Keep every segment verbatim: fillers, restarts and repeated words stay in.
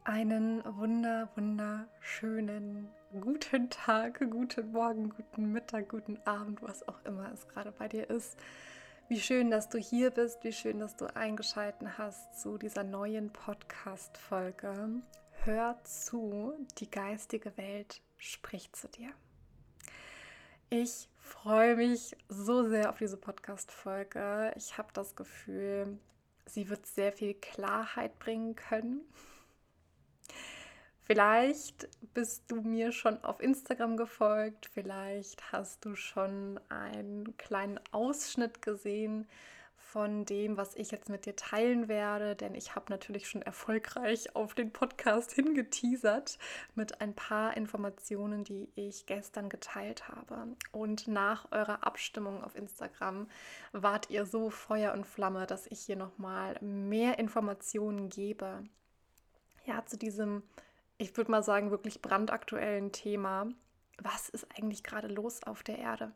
Einen wunder, wunderschönen guten Tag, guten Morgen, guten Mittag, guten Abend, was auch immer es gerade bei dir ist. Wie schön, dass du hier bist, wie schön, dass du eingeschaltet hast zu dieser neuen Podcast-Folge. Hör zu, die geistige Welt spricht zu dir. Ich freue mich so sehr auf diese Podcast-Folge. Ich habe das Gefühl, sie wird sehr viel Klarheit bringen können. Vielleicht bist du mir schon auf Instagram gefolgt, vielleicht hast du schon einen kleinen Ausschnitt gesehen von dem, was ich jetzt mit dir teilen werde, denn ich habe natürlich schon erfolgreich auf den Podcast hingeteasert mit ein paar Informationen, die ich gestern geteilt habe. Und nach eurer Abstimmung auf Instagram wart ihr so Feuer und Flamme, dass ich hier nochmal mehr Informationen gebe. Ja, zu diesem, ich würde mal sagen, wirklich brandaktuellen Thema. Was ist eigentlich gerade los auf der Erde?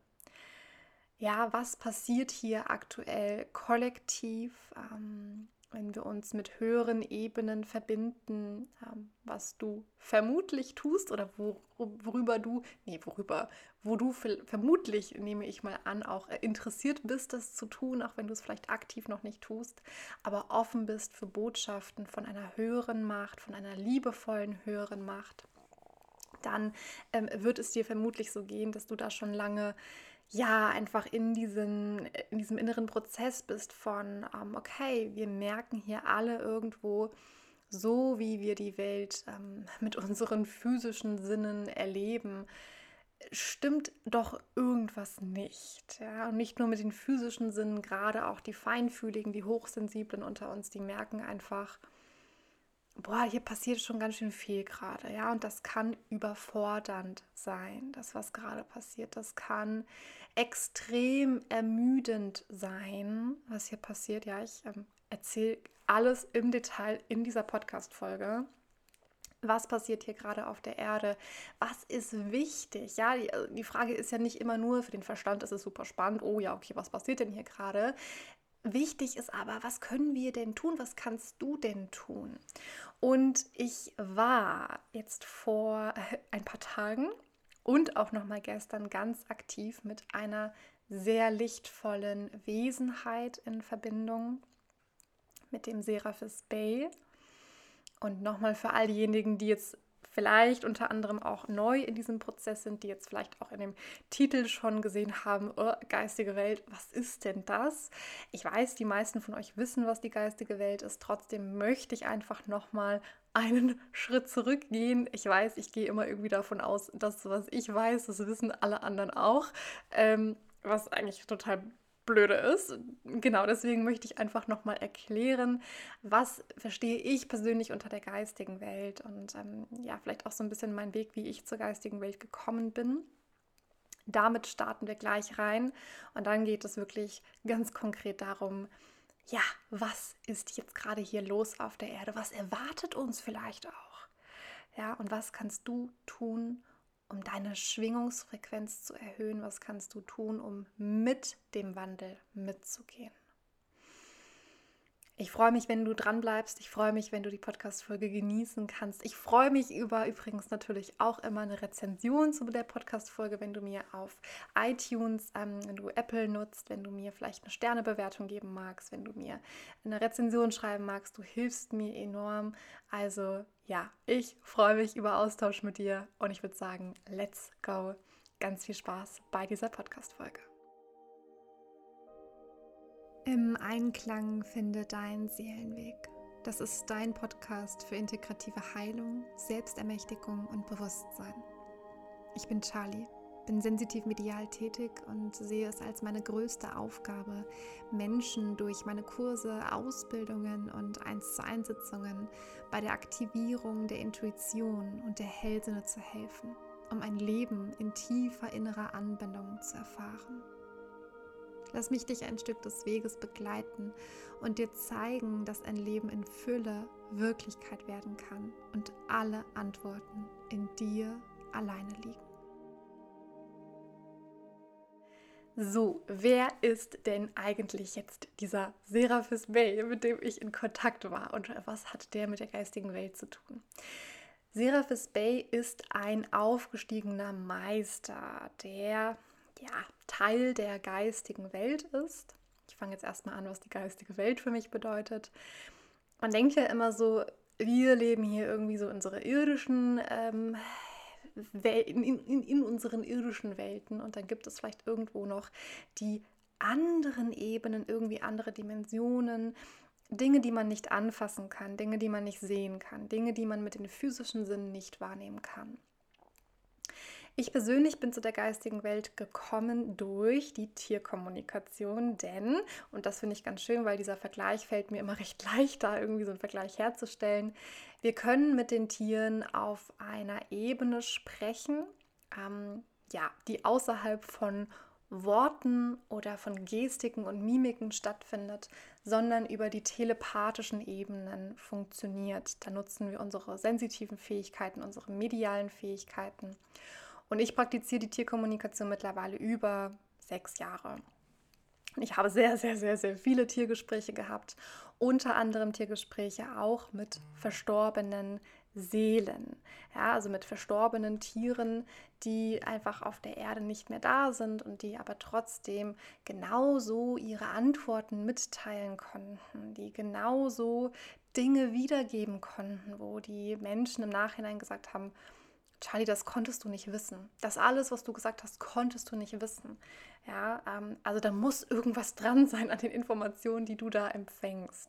Ja, was passiert hier aktuell kollektiv, ähm, wenn wir uns mit höheren Ebenen verbinden, ähm, was du vermutlich tust oder wor worüber du, nee, worüber, wo du vermutlich, nehme ich mal an, auch interessiert bist, das zu tun, auch wenn du es vielleicht aktiv noch nicht tust, aber offen bist für Botschaften von einer höheren Macht, von einer liebevollen höheren Macht, dann ähm, wird es dir vermutlich so gehen, dass du da schon lange ja, einfach in, diesen, in diesem inneren Prozess bist von, ähm, okay, wir merken hier alle irgendwo, so wie wir die Welt ähm, mit unseren physischen Sinnen erleben, stimmt doch irgendwas nicht. Ja? Und nicht nur mit den physischen Sinnen, gerade auch die feinfühligen, die hochsensiblen unter uns, die merken einfach, boah, hier passiert schon ganz schön viel gerade, ja, und das kann überfordernd sein, das, was gerade passiert. Das kann extrem ermüdend sein, was hier passiert. Ja, ich ähm, erzähle alles im Detail in dieser Podcast-Folge. Was passiert hier gerade auf der Erde? Was ist wichtig? Ja, die, die Frage ist ja nicht immer nur für den Verstand, ist es super spannend. Oh ja, okay, was passiert denn hier gerade? Wichtig ist aber, was können wir denn tun? Was kannst du denn tun? Und ich war jetzt vor ein paar Tagen und auch noch mal gestern ganz aktiv mit einer sehr lichtvollen Wesenheit in Verbindung mit dem Seraphis Bey. Und nochmal für all diejenigen, die jetzt vielleicht unter anderem auch neu in diesem Prozess sind, die jetzt vielleicht auch in dem Titel schon gesehen haben, oh, geistige Welt, was ist denn das? Ich weiß, die meisten von euch wissen, was die geistige Welt ist. Trotzdem möchte ich einfach nochmal einen Schritt zurückgehen. Ich weiß, ich gehe immer irgendwie davon aus, dass was ich weiß, das wissen alle anderen auch, ähm, was eigentlich total blöde ist. Genau, deswegen möchte ich einfach nochmal erklären, was verstehe ich persönlich unter der geistigen Welt und ähm, ja, vielleicht auch so ein bisschen mein Weg, wie ich zur geistigen Welt gekommen bin. Damit starten wir gleich rein und dann geht es wirklich ganz konkret darum, ja, was ist jetzt gerade hier los auf der Erde? Was erwartet uns vielleicht auch? Ja, und was kannst du tun, um deine Schwingungsfrequenz zu erhöhen? Was kannst du tun, um mit dem Wandel mitzugehen? Ich freue mich, wenn du dran bleibst. Ich freue mich, wenn du die Podcast-Folge genießen kannst. Ich freue mich über übrigens natürlich auch immer eine Rezension zu der Podcast-Folge, wenn du mir auf iTunes, ähm, wenn du Apple nutzt, wenn du mir vielleicht eine Sternebewertung geben magst, wenn du mir eine Rezension schreiben magst. Du hilfst mir enorm. Also ja, ich freue mich über Austausch mit dir und ich würde sagen, let's go. Ganz viel Spaß bei dieser Podcast-Folge. Im Einklang finde deinen Seelenweg. Das ist dein Podcast für integrative Heilung, Selbstermächtigung und Bewusstsein. Ich bin Charlie, bin sensitiv medial tätig und sehe es als meine größte Aufgabe, Menschen durch meine Kurse, Ausbildungen und eins zu eins Sitzungen bei der Aktivierung der Intuition und der Hellsinne zu helfen, um ein Leben in tiefer innerer Anbindung zu erfahren. Lass mich dich ein Stück des Weges begleiten und dir zeigen, dass ein Leben in Fülle Wirklichkeit werden kann und alle Antworten in dir alleine liegen. So, wer ist denn eigentlich jetzt dieser Seraphis Bey, mit dem ich in Kontakt war und was hat der mit der geistigen Welt zu tun? Seraphis Bey ist ein aufgestiegener Meister, der ja, Teil der geistigen Welt ist. Ich fange jetzt erstmal an, was die geistige Welt für mich bedeutet. Man denkt ja immer so, wir leben hier irgendwie so unsere irdischen ähm, in, in, in unseren irdischen Welten und dann gibt es vielleicht irgendwo noch die anderen Ebenen, irgendwie andere Dimensionen, Dinge, die man nicht anfassen kann, Dinge, die man nicht sehen kann, Dinge, die man mit den physischen Sinnen nicht wahrnehmen kann. Ich persönlich bin zu der geistigen Welt gekommen durch die Tierkommunikation, denn, und das finde ich ganz schön, weil dieser Vergleich fällt mir immer recht leicht, da irgendwie so einen Vergleich herzustellen. Wir können mit den Tieren auf einer Ebene sprechen, ähm, ja, die außerhalb von Worten oder von Gestiken und Mimiken stattfindet, sondern über die telepathischen Ebenen funktioniert. Da nutzen wir unsere sensitiven Fähigkeiten, unsere medialen Fähigkeiten. Und ich praktiziere die Tierkommunikation mittlerweile über sechs Jahre. Ich habe sehr, sehr, sehr, sehr viele Tiergespräche gehabt, unter anderem Tiergespräche auch mit verstorbenen Seelen, ja, also mit verstorbenen Tieren, die einfach auf der Erde nicht mehr da sind und die aber trotzdem genauso ihre Antworten mitteilen konnten, die genauso Dinge wiedergeben konnten, wo die Menschen im Nachhinein gesagt haben, Charlie, das konntest du nicht wissen. Das alles, was du gesagt hast, konntest du nicht wissen. Ja, ähm, also da muss irgendwas dran sein an den Informationen, die du da empfängst.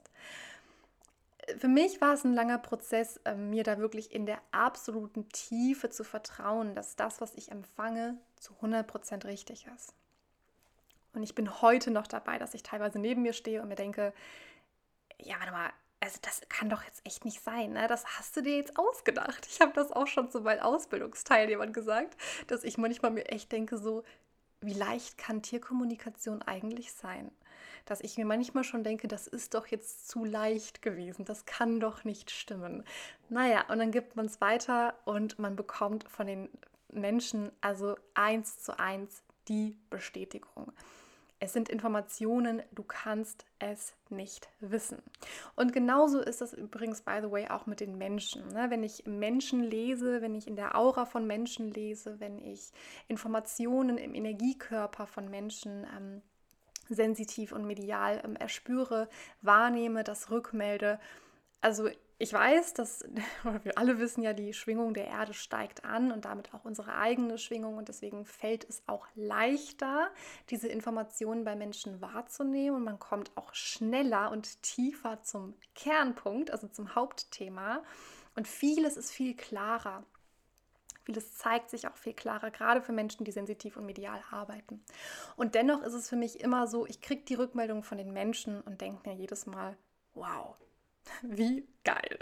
Für mich war es ein langer Prozess, äh, mir da wirklich in der absoluten Tiefe zu vertrauen, dass das, was ich empfange, zu hundert Prozent richtig ist. Und ich bin heute noch dabei, dass ich teilweise neben mir stehe und mir denke, ja, warte mal, also das kann doch jetzt echt nicht sein, ne? Das hast du dir jetzt ausgedacht. Ich habe das auch schon zu meinen Ausbildungsteilnehmern gesagt, dass ich manchmal mir echt denke so, wie leicht kann Tierkommunikation eigentlich sein? Dass ich mir manchmal schon denke, das ist doch jetzt zu leicht gewesen, das kann doch nicht stimmen. Naja, und dann gibt man es weiter und man bekommt von den Menschen also eins zu eins die Bestätigung. Es sind Informationen, du kannst es nicht wissen. Und genauso ist das übrigens, by the way, auch mit den Menschen. Ne? Wenn ich Menschen lese, wenn ich in der Aura von Menschen lese, wenn ich Informationen im Energiekörper von Menschen ähm, sensitiv und medial ähm, erspüre, wahrnehme, das rückmelde. Also ich weiß, dass wir alle wissen ja, die Schwingung der Erde steigt an und damit auch unsere eigene Schwingung und deswegen fällt es auch leichter, diese Informationen bei Menschen wahrzunehmen und man kommt auch schneller und tiefer zum Kernpunkt, also zum Hauptthema und vieles ist viel klarer. Vieles zeigt sich auch viel klarer, gerade für Menschen, die sensitiv und medial arbeiten. Und dennoch ist es für mich immer so, ich kriege die Rückmeldung von den Menschen und denke mir jedes Mal, wow, wie geil.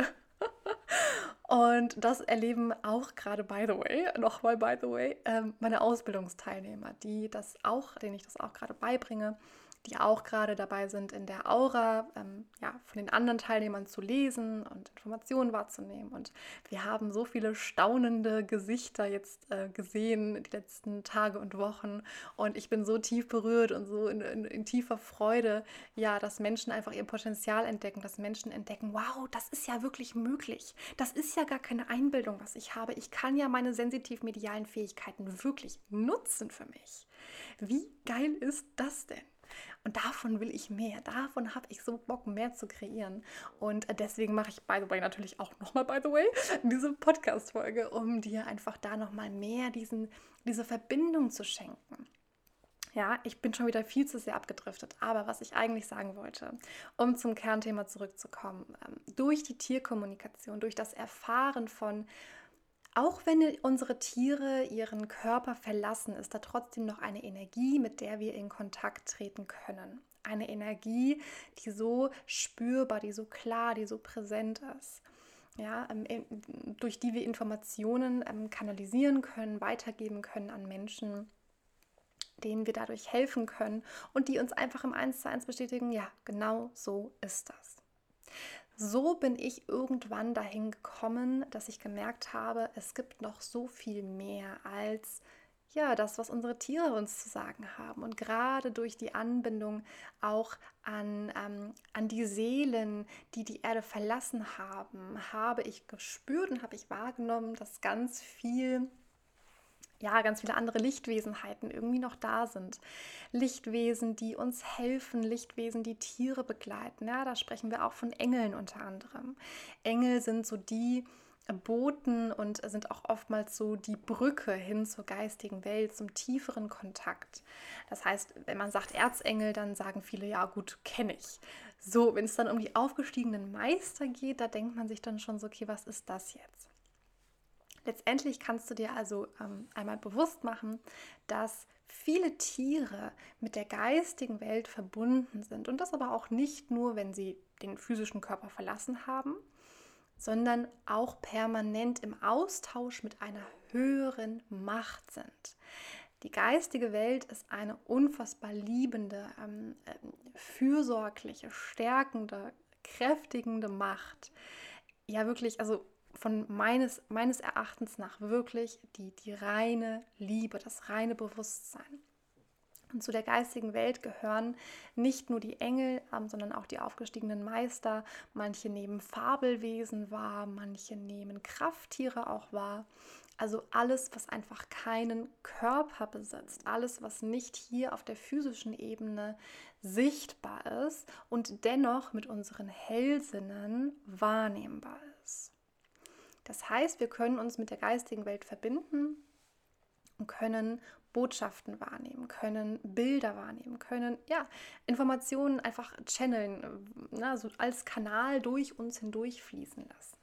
Und das erleben auch gerade, by the way, nochmal by the way, meine Ausbildungsteilnehmer, die das auch, denen ich das auch gerade beibringe, die auch gerade dabei sind, in der Aura ähm, ja, von den anderen Teilnehmern zu lesen und Informationen wahrzunehmen. Und wir haben so viele staunende Gesichter jetzt äh, gesehen die letzten Tage und Wochen. Und ich bin so tief berührt und so in, in, in tiefer Freude, ja, dass Menschen einfach ihr Potenzial entdecken, dass Menschen entdecken, wow, das ist ja wirklich möglich. Das ist ja gar keine Einbildung, was ich habe. Ich kann ja meine sensitiv-medialen Fähigkeiten wirklich nutzen für mich. Wie geil ist das denn? Und davon will ich mehr. Davon habe ich so Bock, mehr zu kreieren. Und deswegen mache ich, by the way, natürlich auch nochmal, by the way, diese Podcast-Folge, um dir einfach da nochmal mehr diesen, diese Verbindung zu schenken. Ja, ich bin schon wieder viel zu sehr abgedriftet. Aber was ich eigentlich sagen wollte, um zum Kernthema zurückzukommen, durch die Tierkommunikation, durch das Erfahren von auch wenn unsere Tiere ihren Körper verlassen, ist da trotzdem noch eine Energie, mit der wir in Kontakt treten können. Eine Energie, die so spürbar, die so klar, die so präsent ist. Ja, durch die wir Informationen kanalisieren können, weitergeben können an Menschen, denen wir dadurch helfen können und die uns einfach im Eins zu eins bestätigen, ja, genau so ist das. So bin ich irgendwann dahin gekommen, dass ich gemerkt habe, es gibt noch so viel mehr als ja, das, was unsere Tiere uns zu sagen haben. Und gerade durch die Anbindung auch an, ähm, an die Seelen, die die Erde verlassen haben, habe ich gespürt und habe ich wahrgenommen, dass ganz viel, ja, ganz viele andere Lichtwesenheiten irgendwie noch da sind. Lichtwesen, die uns helfen, Lichtwesen, die Tiere begleiten. Ja, da sprechen wir auch von Engeln unter anderem. Engel sind so die Boten und sind auch oftmals so die Brücke hin zur geistigen Welt, zum tieferen Kontakt. Das heißt, wenn man sagt Erzengel, dann sagen viele, ja gut, kenne ich. So, wenn es dann um die aufgestiegenen Meister geht, da denkt man sich dann schon so, okay, was ist das jetzt? Letztendlich kannst du dir also ähm, einmal bewusst machen, dass viele Tiere mit der geistigen Welt verbunden sind und das aber auch nicht nur, wenn sie den physischen Körper verlassen haben, sondern auch permanent im Austausch mit einer höheren Macht sind. Die geistige Welt ist eine unfassbar liebende, ähm, fürsorgliche, stärkende, kräftigende Macht. Ja, wirklich, also von meines, meines Erachtens nach wirklich die, die reine Liebe, das reine Bewusstsein. Und zu der geistigen Welt gehören nicht nur die Engel, sondern auch die aufgestiegenen Meister. Manche nehmen Fabelwesen wahr, manche nehmen Krafttiere auch wahr. Also alles, was einfach keinen Körper besitzt, alles, was nicht hier auf der physischen Ebene sichtbar ist und dennoch mit unseren Hellsinnen wahrnehmbar ist. Das heißt, wir können uns mit der geistigen Welt verbinden und können Botschaften wahrnehmen, können Bilder wahrnehmen, können ja, Informationen einfach channeln, ne, so als Kanal durch uns hindurch fließen lassen.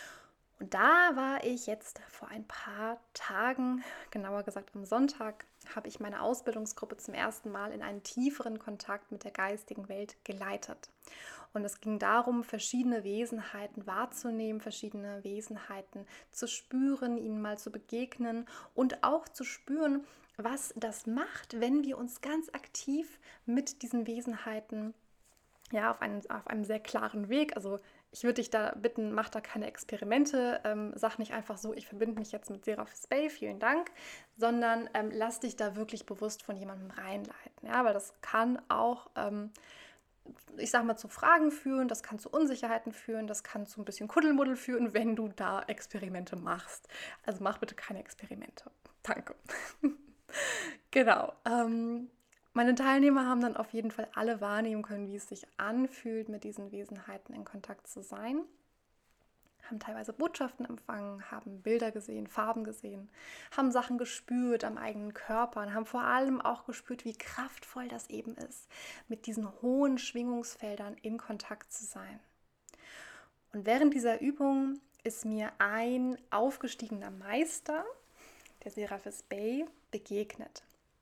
Und da war ich jetzt vor ein paar Tagen, genauer gesagt am Sonntag, habe ich meine Ausbildungsgruppe zum ersten Mal in einen tieferen Kontakt mit der geistigen Welt geleitet. Und es ging darum, verschiedene Wesenheiten wahrzunehmen, verschiedene Wesenheiten zu spüren, ihnen mal zu begegnen und auch zu spüren, was das macht, wenn wir uns ganz aktiv mit diesen Wesenheiten ja, auf, einen, auf einem sehr klaren Weg, also ich würde dich da bitten, mach da keine Experimente, ähm, sag nicht einfach so, ich verbinde mich jetzt mit Serapis Bey, vielen Dank, sondern ähm, lass dich da wirklich bewusst von jemandem reinleiten, ja, weil das kann auch, ähm, ich sag mal, zu Fragen führen, das kann zu Unsicherheiten führen, das kann zu ein bisschen Kuddelmuddel führen, wenn du da Experimente machst. Also mach bitte keine Experimente. Danke. Genau. Ähm, meine Teilnehmer haben dann auf jeden Fall alle wahrnehmen können, wie es sich anfühlt, mit diesen Wesenheiten in Kontakt zu sein. Haben teilweise Botschaften empfangen, haben Bilder gesehen, Farben gesehen, haben Sachen gespürt am eigenen Körper und haben vor allem auch gespürt, wie kraftvoll das eben ist, mit diesen hohen Schwingungsfeldern in Kontakt zu sein. Und während dieser Übung ist mir ein aufgestiegener Meister, der Serapis Bey, begegnet.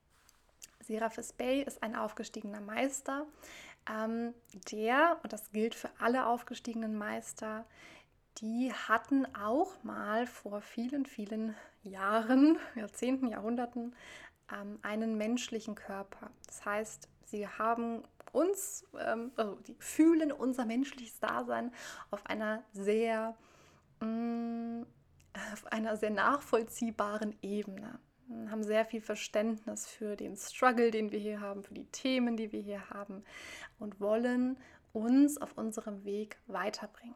Serapis Bey ist ein aufgestiegener Meister, ähm, der, und das gilt für alle aufgestiegenen Meister, die hatten auch mal vor vielen, vielen Jahren, Jahrzehnten, Jahrhunderten, ähm, einen menschlichen Körper. Das heißt, sie haben uns, ähm, also die fühlen unser menschliches Dasein auf einer sehr, mh, auf einer sehr nachvollziehbaren Ebene. Haben sehr viel Verständnis für den Struggle, den wir hier haben, für die Themen, die wir hier haben und wollen uns auf unserem Weg weiterbringen.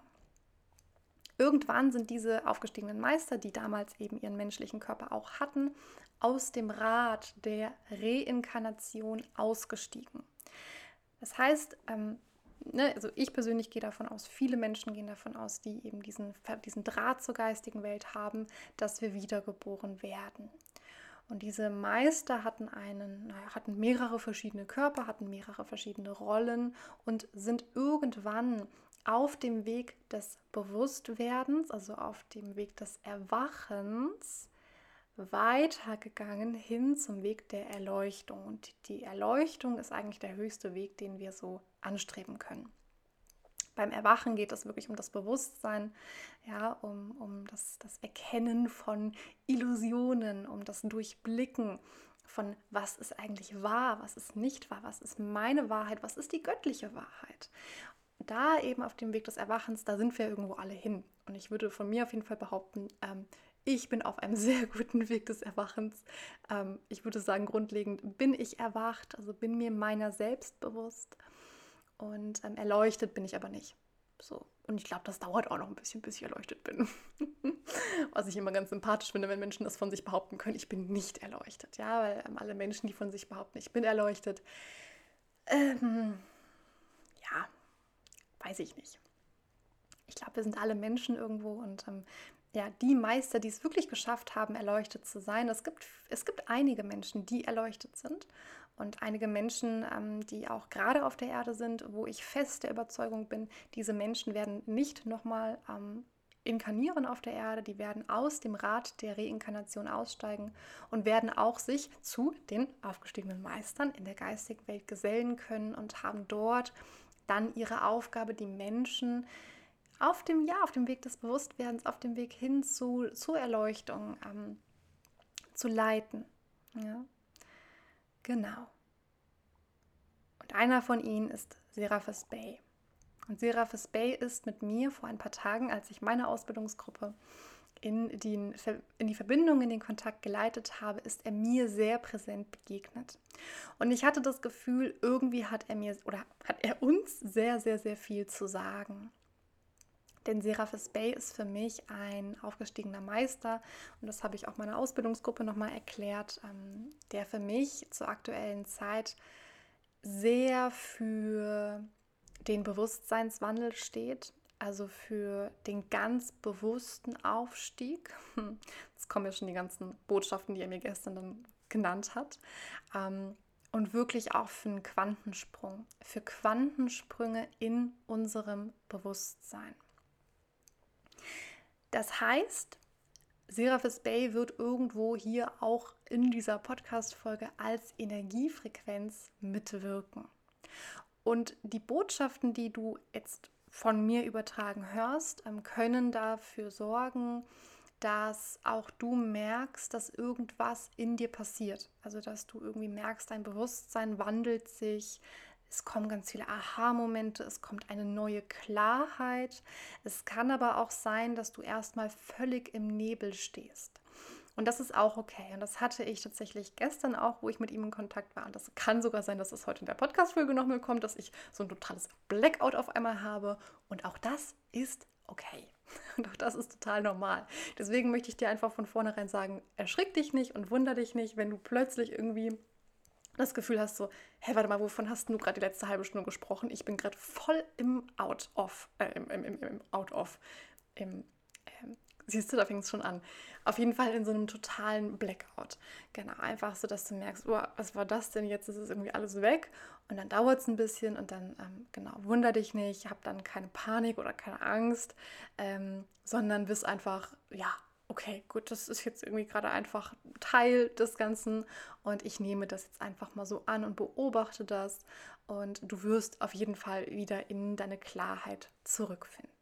Irgendwann sind diese aufgestiegenen Meister, die damals eben ihren menschlichen Körper auch hatten, aus dem Rad der Reinkarnation ausgestiegen. Das heißt, ähm, ne, also ich persönlich gehe davon aus, viele Menschen gehen davon aus, die eben diesen, diesen Draht zur geistigen Welt haben, dass wir wiedergeboren werden. Und diese Meister hatten, einen, naja, hatten mehrere verschiedene Körper, hatten mehrere verschiedene Rollen und sind irgendwann auf dem Weg des Bewusstwerdens, also auf dem Weg des Erwachens, weitergegangen hin zum Weg der Erleuchtung. Und die Erleuchtung ist eigentlich der höchste Weg, den wir so anstreben können. Beim Erwachen geht es wirklich um das Bewusstsein, ja, um, um das, das Erkennen von Illusionen, um das Durchblicken von was ist eigentlich wahr, was ist nicht wahr, was ist meine Wahrheit, was ist die göttliche Wahrheit. Da eben auf dem Weg des Erwachens, da sind wir irgendwo alle hin. Und ich würde von mir auf jeden Fall behaupten, ähm, Ich bin auf einem sehr guten Weg des Erwachens. Ähm, ich würde sagen, grundlegend bin ich erwacht, also bin mir meiner selbst bewusst und ähm, erleuchtet bin ich aber nicht. So. Und ich glaube, das dauert auch noch ein bisschen, bis ich erleuchtet bin. Was ich immer ganz sympathisch finde, wenn Menschen das von sich behaupten können, ich bin nicht erleuchtet. Ja, weil ähm, alle Menschen, die von sich behaupten, ich bin erleuchtet, ähm, ja, weiß ich nicht. Ich glaube, wir sind alle Menschen irgendwo und ähm, ja, die Meister, die es wirklich geschafft haben, erleuchtet zu sein. Es gibt, es gibt einige Menschen, die erleuchtet sind und einige Menschen, ähm, die auch gerade auf der Erde sind, wo ich fest der Überzeugung bin, diese Menschen werden nicht nochmal ähm, inkarnieren auf der Erde, die werden aus dem Rad der Reinkarnation aussteigen und werden auch sich zu den aufgestiegenen Meistern in der geistigen Welt gesellen können und haben dort dann ihre Aufgabe, die Menschen auf dem, ja, auf dem Weg des Bewusstwerdens, auf dem Weg hin zu, zur Erleuchtung ähm, zu leiten. Ja, genau. Und einer von ihnen ist Serapis Bey. Und Serapis Bey ist mit mir vor ein paar Tagen, als ich meine Ausbildungsgruppe in die, in die Verbindung, in den Kontakt geleitet habe, ist er mir sehr präsent begegnet. Und ich hatte das Gefühl, irgendwie hat er mir oder hat er uns sehr, sehr, sehr viel zu sagen. Denn Serapis Bey ist für mich ein aufgestiegener Meister und das habe ich auch meiner Ausbildungsgruppe nochmal erklärt, ähm, der für mich zur aktuellen Zeit sehr für den Bewusstseinswandel steht, also für den ganz bewussten Aufstieg. Jetzt kommen ja schon die ganzen Botschaften, die er mir gestern dann genannt hat. Ähm, und wirklich auch für einen Quantensprung, für Quantensprünge in unserem Bewusstsein. Das heißt, Serapis Bey wird irgendwo hier auch in dieser Podcast-Folge als Energiefrequenz mitwirken. Und die Botschaften, die du jetzt von mir übertragen hörst, können dafür sorgen, dass auch du merkst, dass irgendwas in dir passiert. Also, dass du irgendwie merkst, dein Bewusstsein wandelt sich. Es kommen ganz viele Aha-Momente, es kommt eine neue Klarheit. Es kann aber auch sein, dass du erstmal völlig im Nebel stehst. Und das ist auch okay. Und das hatte ich tatsächlich gestern auch, wo ich mit ihm in Kontakt war. Und das kann sogar sein, dass es heute in der Podcast-Folge noch mal kommt, dass ich so ein totales Blackout auf einmal habe. Und auch das ist okay. Und auch das ist total normal. Deswegen möchte ich dir einfach von vornherein sagen, erschrick dich nicht und wunder dich nicht, wenn du plötzlich irgendwie das Gefühl hast, so, hä, warte mal, wovon hast du gerade die letzte halbe Stunde gesprochen? Ich bin gerade voll im Out-of, äh, im, im, im, im Out-of, im, ähm, siehst du, da fing es schon an. Auf jeden Fall in so einem totalen Blackout. Genau, einfach so, dass du merkst, oh, was war das denn? Jetzt ist es irgendwie alles weg und dann dauert es ein bisschen und dann, ähm, genau, wunder dich nicht, hab dann keine Panik oder keine Angst, ähm, sondern wirst einfach, ja, okay, gut, das ist jetzt irgendwie gerade einfach Teil des Ganzen und ich nehme das jetzt einfach mal so an und beobachte das und du wirst auf jeden Fall wieder in deine Klarheit zurückfinden.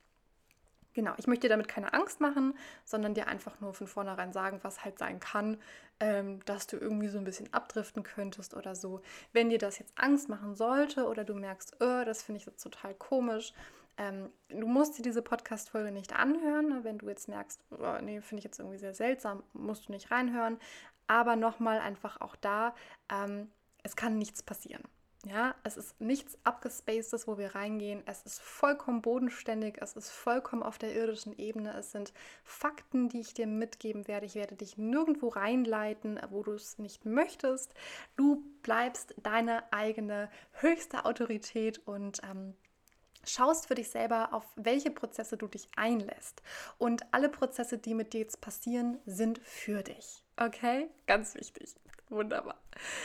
Genau, ich möchte dir damit keine Angst machen, sondern dir einfach nur von vornherein sagen, was halt sein kann, ähm, dass du irgendwie so ein bisschen abdriften könntest oder so. Wenn dir das jetzt Angst machen sollte oder du merkst, oh, das finde ich jetzt total komisch, ähm, du musst dir diese Podcast-Folge nicht anhören. Ne? Wenn du jetzt merkst, oh, nee, finde ich jetzt irgendwie sehr seltsam, musst du nicht reinhören. Aber nochmal einfach auch da, ähm, es kann nichts passieren. Ja, es ist nichts Abgespacedes, wo wir reingehen. Es ist vollkommen bodenständig. Es ist vollkommen auf der irdischen Ebene. Es sind Fakten, die ich dir mitgeben werde. Ich werde dich nirgendwo reinleiten, wo du es nicht möchtest. Du bleibst deine eigene höchste Autorität und ähm, schaust für dich selber, auf welche Prozesse du dich einlässt. Und alle Prozesse, die mit dir jetzt passieren, sind für dich. Okay? Ganz wichtig. Wunderbar.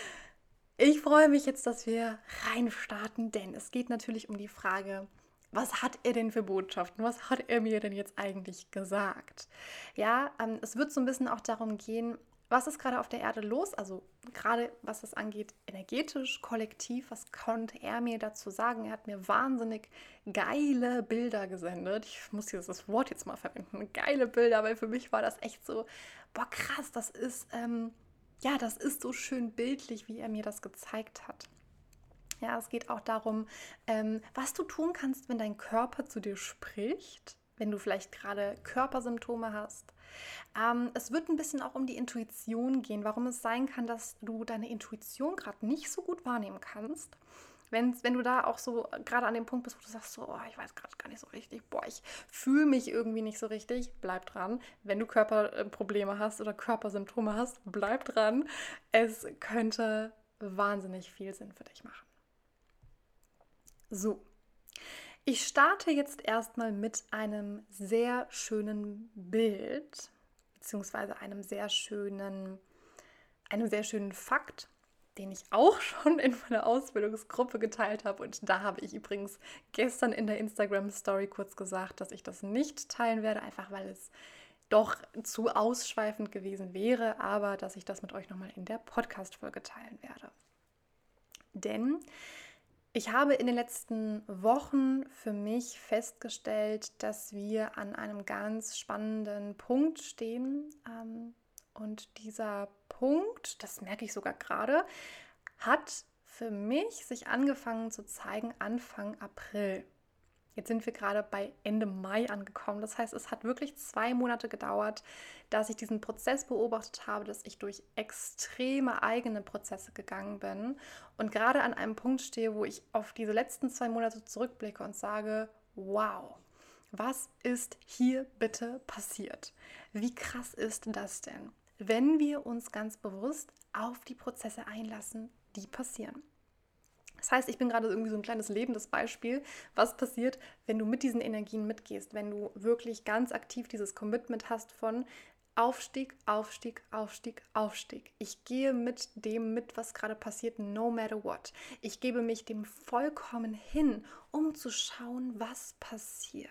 Ich freue mich jetzt, dass wir reinstarten, denn es geht natürlich um die Frage, was hat er denn für Botschaften? Was hat er mir denn jetzt eigentlich gesagt? Ja, ähm, es wird so ein bisschen auch darum gehen, was ist gerade auf der Erde los? Also gerade was das angeht, energetisch, kollektiv, was konnte er mir dazu sagen? Er hat mir wahnsinnig geile Bilder gesendet. Ich muss dieses Wort jetzt mal verwenden. Geile Bilder, weil für mich war das echt so, boah krass, das ist... Ähm, Ja, das ist so schön bildlich, wie er mir das gezeigt hat. Ja, es geht auch darum, ähm, was du tun kannst, wenn dein Körper zu dir spricht, wenn du vielleicht gerade Körpersymptome hast, Ähm, es wird ein bisschen auch um die Intuition gehen, warum es sein kann, dass du deine Intuition gerade nicht so gut wahrnehmen kannst. Wenn, wenn du da auch so gerade an dem Punkt bist, wo du sagst, so, oh, ich weiß gerade gar nicht so richtig, boah, ich fühle mich irgendwie nicht so richtig, bleib dran. Wenn du Körperprobleme hast oder Körpersymptome hast, bleib dran. Es könnte wahnsinnig viel Sinn für dich machen. So, ich starte jetzt erstmal mit einem sehr schönen Bild, beziehungsweise einem sehr schönen, einem sehr schönen Fakt, den ich auch schon in meiner Ausbildungsgruppe geteilt habe. Und da habe ich übrigens gestern in der Instagram-Story kurz gesagt, dass ich das nicht teilen werde, einfach weil es doch zu ausschweifend gewesen wäre, aber dass ich das mit euch nochmal in der Podcast-Folge teilen werde. Denn ich habe in den letzten Wochen für mich festgestellt, dass wir an einem ganz spannenden Punkt stehen. Ähm, und dieser Punkt, das merke ich sogar gerade, hat für mich sich angefangen zu zeigen Anfang April. Jetzt sind wir gerade bei Ende Mai angekommen. Das heißt, es hat wirklich zwei Monate gedauert, dass ich diesen Prozess beobachtet habe, dass ich durch extreme eigene Prozesse gegangen bin und gerade an einem Punkt stehe, wo ich auf diese letzten zwei Monate zurückblicke und sage, wow, was ist hier bitte passiert? Wie krass ist das denn, wenn wir uns ganz bewusst auf die Prozesse einlassen, die passieren? Das heißt, ich bin gerade irgendwie so ein kleines lebendes Beispiel, was passiert, wenn du mit diesen Energien mitgehst, wenn du wirklich ganz aktiv dieses Commitment hast von Aufstieg, Aufstieg, Aufstieg, Aufstieg. Ich gehe mit dem mit, was gerade passiert, no matter what. Ich gebe mich dem vollkommen hin, um zu schauen, was passiert.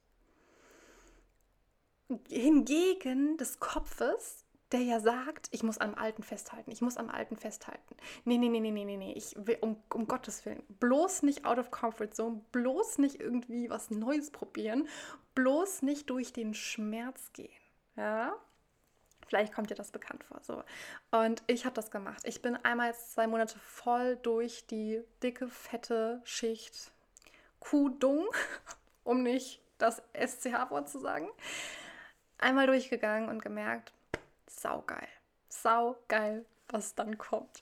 Hingegen des Kopfes, der ja sagt, ich muss am Alten festhalten, ich muss am Alten festhalten. Nee, nee, nee, nee, nee, nee, ich will, um, um Gottes Willen, bloß nicht out of comfort zone, bloß nicht irgendwie was Neues probieren, bloß nicht durch den Schmerz gehen, ja? Vielleicht kommt dir das bekannt vor, so. Und ich habe das gemacht. Ich bin einmal jetzt zwei Monate voll durch die dicke, fette Schicht Kuhdung, um nicht das S C H-Wort zu sagen, einmal durchgegangen und gemerkt, saugeil, saugeil, was dann kommt.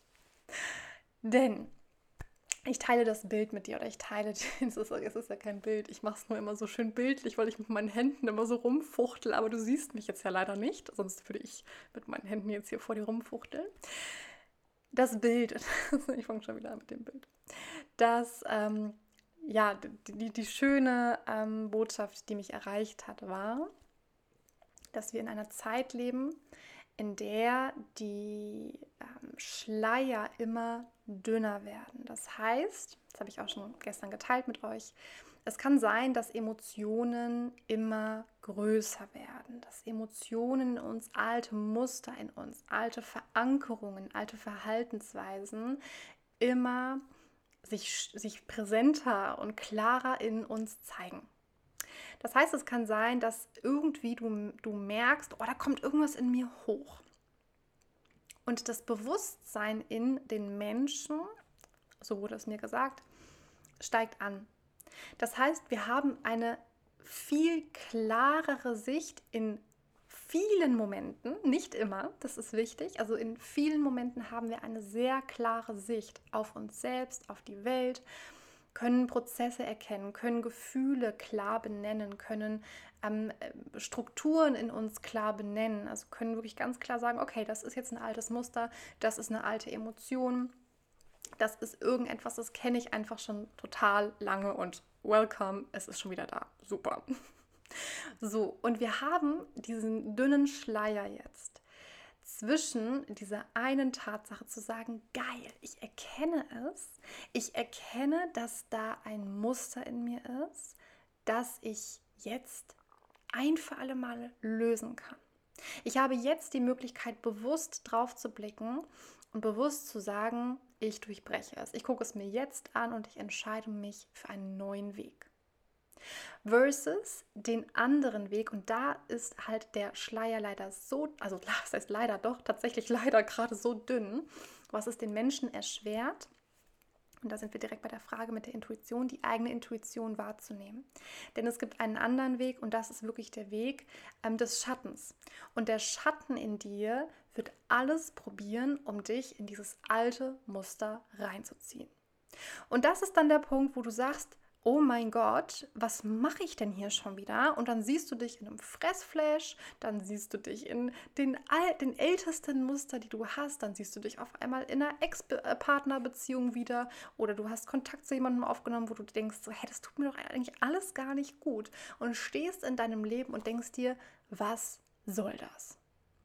Denn ich teile das Bild mit dir oder ich teile, es ist, es ist ja kein Bild, ich mache es nur immer so schön bildlich, weil ich mit meinen Händen immer so rumfuchtel, aber du siehst mich jetzt ja leider nicht, sonst würde ich mit meinen Händen jetzt hier vor dir rumfuchteln. Das Bild, ich fange schon wieder an mit dem Bild, das, ähm, ja, die, die schöne ähm, Botschaft, die mich erreicht hat, war, dass wir in einer Zeit leben, in der die ähm, Schleier immer dünner werden. Das heißt, das habe ich auch schon gestern geteilt mit euch, es kann sein, dass Emotionen immer größer werden, dass Emotionen in uns, alte Muster in uns, alte Verankerungen, alte Verhaltensweisen immer sich, sich präsenter und klarer in uns zeigen. Das heißt, es kann sein, dass irgendwie du, du merkst, oh, da kommt irgendwas in mir hoch. Und das Bewusstsein in den Menschen, so wurde es mir gesagt, steigt an. Das heißt, wir haben eine viel klarere Sicht in vielen Momenten, nicht immer, das ist wichtig, also in vielen Momenten haben wir eine sehr klare Sicht auf uns selbst, auf die Welt, können Prozesse erkennen, können Gefühle klar benennen, können ähm, Strukturen in uns klar benennen, also können wirklich ganz klar sagen, okay, das ist jetzt ein altes Muster, das ist eine alte Emotion, das ist irgendetwas, das kenne ich einfach schon total lange und welcome, es ist schon wieder da, super. So, und wir haben diesen dünnen Schleier jetzt zwischen dieser einen Tatsache zu sagen, geil, ich erkenne es, ich erkenne, dass da ein Muster in mir ist, das ich jetzt ein für alle Mal lösen kann. Ich habe jetzt die Möglichkeit, bewusst drauf zu blicken und bewusst zu sagen, ich durchbreche es. Ich gucke es mir jetzt an und ich entscheide mich für einen neuen Weg. Versus den anderen Weg, und da ist halt der Schleier leider so, also das heißt leider doch, tatsächlich leider gerade so dünn, was es den Menschen erschwert, Und da sind wir direkt bei der Frage mit der Intuition, die eigene Intuition wahrzunehmen. Denn es gibt einen anderen Weg und das ist wirklich der Weg ähm, des Schattens. Und der Schatten in dir wird alles probieren, um dich in dieses alte Muster reinzuziehen. Und das ist dann der Punkt, wo du sagst, oh mein Gott, was mache ich denn hier schon wieder? Und dann siehst du dich in einem Fressflash, dann siehst du dich in den, den ältesten Muster, die du hast, dann siehst du dich auf einmal in einer Ex-Partnerbeziehung wieder oder du hast Kontakt zu jemandem aufgenommen, wo du denkst, so, hey, das tut mir doch eigentlich alles gar nicht gut und stehst in deinem Leben und denkst dir, was soll das?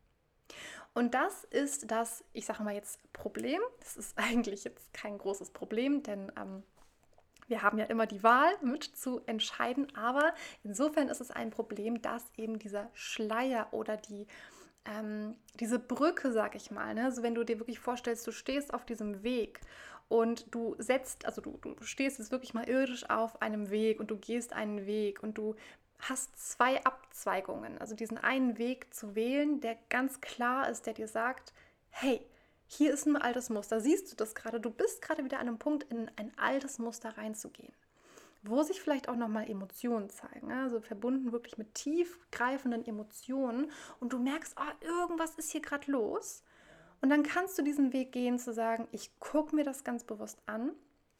Und das ist das, ich sage mal jetzt Problem, das ist eigentlich jetzt kein großes Problem, denn ähm, wir haben ja immer die Wahl, mit zu entscheiden, aber insofern ist es ein Problem, dass eben dieser Schleier oder die, ähm, diese Brücke, sag ich mal, ne? Also wenn du dir wirklich vorstellst, du stehst auf diesem Weg und du setzt, also du, du stehst jetzt wirklich mal irdisch auf einem Weg und du gehst einen Weg und du hast zwei Abzweigungen, also diesen einen Weg zu wählen, der ganz klar ist, der dir sagt, hey, hier ist ein altes Muster. Siehst du das gerade? Du bist gerade wieder an einem Punkt, in ein altes Muster reinzugehen, wo sich vielleicht auch nochmal Emotionen zeigen. Also verbunden wirklich mit tiefgreifenden Emotionen. Und du merkst, oh, irgendwas ist hier gerade los. Und dann kannst du diesen Weg gehen, zu sagen, ich gucke mir das ganz bewusst an.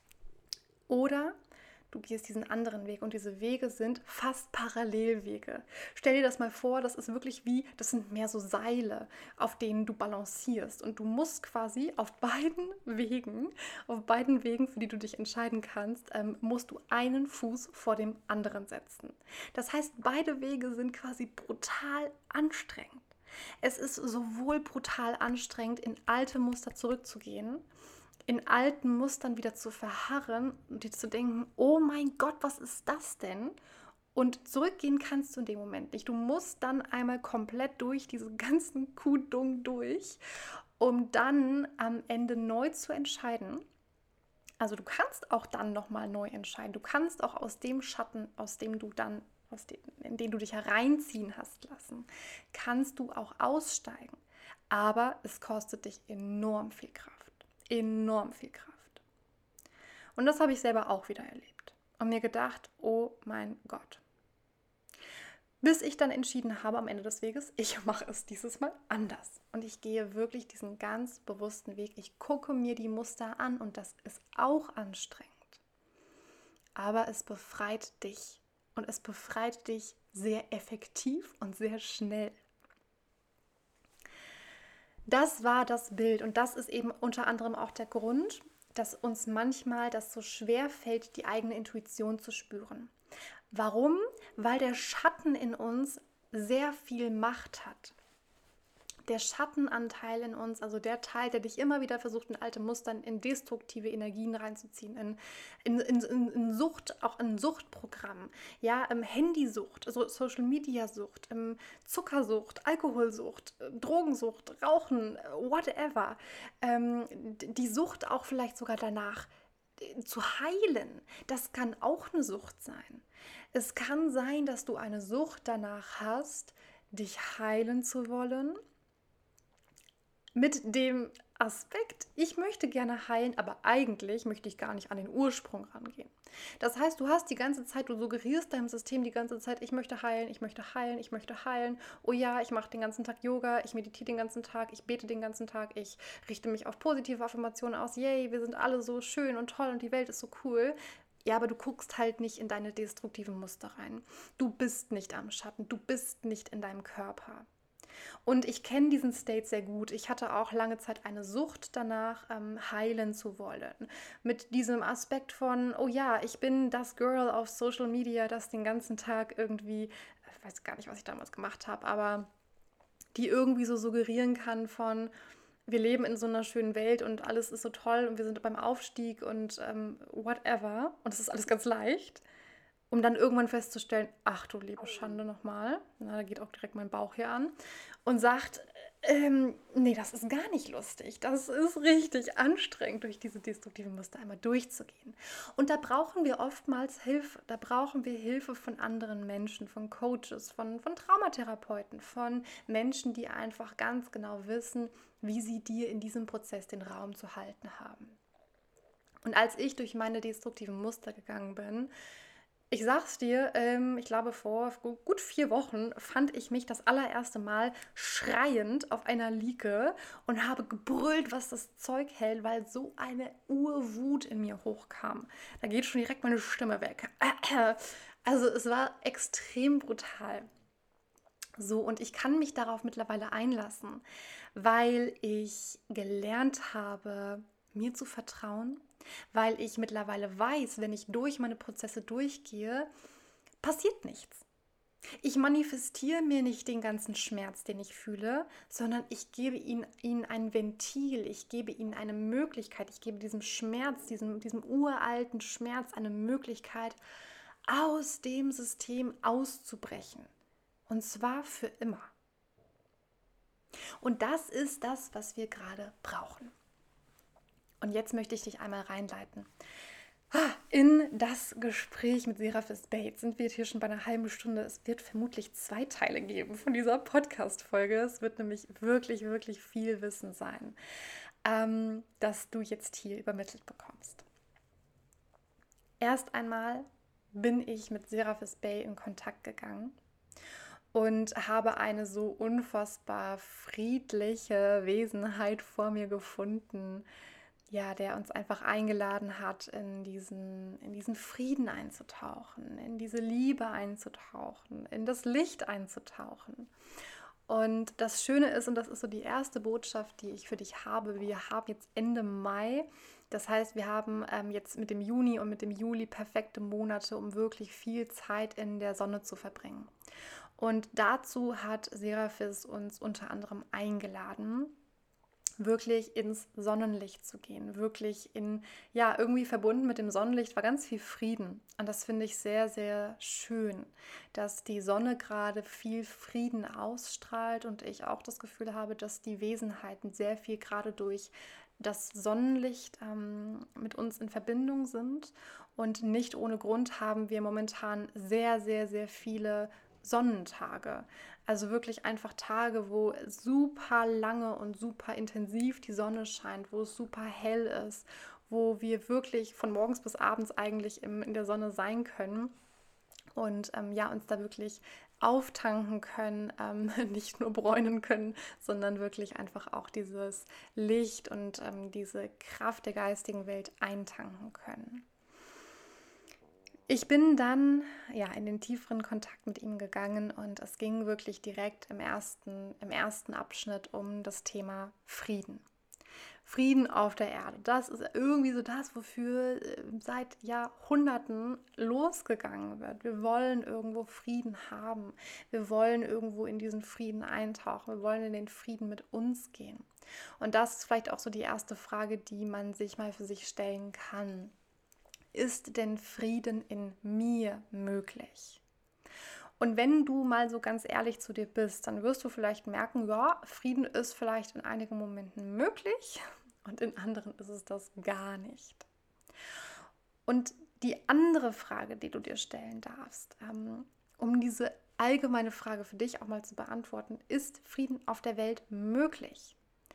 Oder du gehst diesen anderen Weg und diese Wege sind fast Parallelwege. Stell dir das mal vor, das ist wirklich wie, das sind mehr so Seile, auf denen du balancierst und du musst quasi auf beiden Wegen, auf beiden Wegen, für die du dich entscheiden kannst, ähm, musst du einen Fuß vor dem anderen setzen. Das heißt, beide Wege sind quasi brutal anstrengend. Es ist sowohl brutal anstrengend, in alte Muster zurückzugehen, in alten Mustern wieder zu verharren und dir zu denken, oh mein Gott, was ist das denn? Und zurückgehen kannst du in dem Moment nicht. Du musst dann einmal komplett durch diese ganzen Kudung durch, um dann am Ende neu zu entscheiden. Also du kannst auch dann nochmal neu entscheiden. Du kannst auch aus dem Schatten, aus dem du dann, aus dem, in den du dich hereinziehen hast lassen, kannst du auch aussteigen. Aber es kostet dich enorm viel Kraft. Enorm viel Kraft. Und das habe ich selber auch wieder erlebt. Und mir gedacht, oh mein Gott. Bis ich dann entschieden habe am Ende des Weges, ich mache es dieses Mal anders. Und ich gehe wirklich diesen ganz bewussten Weg. Ich gucke mir die Muster an und das ist auch anstrengend. Aber es befreit dich. Und es befreit dich sehr effektiv und sehr schnell. Das war das Bild und das ist eben unter anderem auch der Grund, dass uns manchmal das so schwer fällt, die eigene Intuition zu spüren. Warum? Weil der Schatten in uns sehr viel Macht hat. Der Schattenanteil in uns, also der Teil, der dich immer wieder versucht, in alte Mustern, in destruktive Energien reinzuziehen, in, in, in, in Sucht, auch in Suchtprogrammen, ja, im Handysucht, also Social-Media-Sucht, im Zuckersucht, Alkoholsucht, Drogensucht, Rauchen, whatever. Ähm, die Sucht auch vielleicht sogar danach zu heilen, das kann auch eine Sucht sein. Es kann sein, dass du eine Sucht danach hast, dich heilen zu wollen, mit dem Aspekt, ich möchte gerne heilen, aber eigentlich möchte ich gar nicht an den Ursprung rangehen. Das heißt, du hast die ganze Zeit, du suggerierst deinem System die ganze Zeit, ich möchte heilen, ich möchte heilen, ich möchte heilen. Oh ja, ich mache den ganzen Tag Yoga, ich meditiere den ganzen Tag, ich bete den ganzen Tag, ich richte mich auf positive Affirmationen aus. Yay, wir sind alle so schön und toll und die Welt ist so cool. Ja, aber du guckst halt nicht in deine destruktiven Muster rein. Du bist nicht am Schatten, du bist nicht in deinem Körper. Und ich kenne diesen State sehr gut. Ich hatte auch lange Zeit eine Sucht danach, ähm, heilen zu wollen. Mit diesem Aspekt von, oh ja, ich bin das Girl auf Social Media, das den ganzen Tag irgendwie, ich weiß gar nicht, was ich damals gemacht habe, aber die irgendwie so suggerieren kann von, wir leben in so einer schönen Welt und alles ist so toll und wir sind beim Aufstieg und ähm, whatever. Und es ist alles ganz leicht. Um dann irgendwann festzustellen, ach du liebe Schande nochmal, na, da geht auch direkt mein Bauch hier an und sagt, ähm, nee, das ist gar nicht lustig, das ist richtig anstrengend, durch diese destruktiven Muster einmal durchzugehen. Und da brauchen wir oftmals Hilfe, da brauchen wir Hilfe von anderen Menschen, von Coaches, von, von Traumatherapeuten, von Menschen, die einfach ganz genau wissen, wie sie dir in diesem Prozess den Raum zu halten haben. Und als ich durch meine destruktiven Muster gegangen bin, ich sag's dir, ähm, ich glaube vor gut vier Wochen fand ich mich das allererste Mal schreiend auf einer Liege und habe gebrüllt, was das Zeug hält, weil so eine Urwut in mir hochkam. Da geht schon direkt meine Stimme weg. Also es war extrem brutal. So, und ich kann mich darauf mittlerweile einlassen, weil ich gelernt habe, mir zu vertrauen, weil ich mittlerweile weiß, wenn ich durch meine Prozesse durchgehe, passiert nichts. Ich manifestiere mir nicht den ganzen Schmerz, den ich fühle, sondern ich gebe ihnen, ihnen ein Ventil, ich gebe ihnen eine Möglichkeit, ich gebe diesem Schmerz, diesem, diesem uralten Schmerz eine Möglichkeit, aus dem System auszubrechen. Und zwar für immer. Und das ist das, was wir gerade brauchen. Und jetzt möchte ich dich einmal reinleiten. In das Gespräch mit Seraphis Bates sind wir jetzt hier schon bei einer halben Stunde. Es wird vermutlich zwei Teile geben von dieser Podcast-Folge. Es wird nämlich wirklich, wirklich viel Wissen sein, ähm, das du jetzt hier übermittelt bekommst. Erst einmal bin ich mit Seraphis Bay in Kontakt gegangen und habe eine so unfassbar friedliche Wesenheit vor mir gefunden, ja, der uns einfach eingeladen hat, in diesen, in diesen Frieden einzutauchen, in diese Liebe einzutauchen, in das Licht einzutauchen. Und das Schöne ist, und das ist so die erste Botschaft, die ich für dich habe, wir haben jetzt Ende Mai, das heißt, wir haben ähm, jetzt mit dem Juni und mit dem Juli perfekte Monate, um wirklich viel Zeit in der Sonne zu verbringen. Und dazu hat Seraphis uns unter anderem eingeladen, wirklich ins Sonnenlicht zu gehen, wirklich in, ja, irgendwie verbunden mit dem Sonnenlicht war ganz viel Frieden. Und das finde ich sehr, sehr schön, dass die Sonne gerade viel Frieden ausstrahlt und ich auch das Gefühl habe, dass die Wesenheiten sehr viel gerade durch das Sonnenlicht ähm, mit uns in Verbindung sind. Und nicht ohne Grund haben wir momentan sehr, sehr, sehr viele Sonnentage. Also wirklich einfach Tage, wo super lange und super intensiv die Sonne scheint, wo es super hell ist, wo wir wirklich von morgens bis abends eigentlich im, in der Sonne sein können und ähm, ja, uns da wirklich auftanken können, ähm, nicht nur bräunen können, sondern wirklich einfach auch dieses Licht und ähm, diese Kraft der geistigen Welt eintanken können. Ich bin dann ja in den tieferen Kontakt mit ihm gegangen und es ging wirklich direkt im ersten, im ersten Abschnitt um das Thema Frieden. Frieden auf der Erde. Das ist irgendwie so das, wofür seit Jahrhunderten losgegangen wird. Wir wollen irgendwo Frieden haben. Wir wollen irgendwo in diesen Frieden eintauchen. Wir wollen in den Frieden mit uns gehen. Und das ist vielleicht auch so die erste Frage, die man sich mal für sich stellen kann. Ist denn Frieden in mir möglich? Und wenn du mal so ganz ehrlich zu dir bist, dann wirst du vielleicht merken, ja, Frieden ist vielleicht in einigen Momenten möglich und in anderen ist es das gar nicht. Und die andere Frage, die du dir stellen darfst, um diese allgemeine Frage für dich auch mal zu beantworten, ist Frieden auf der Welt möglich?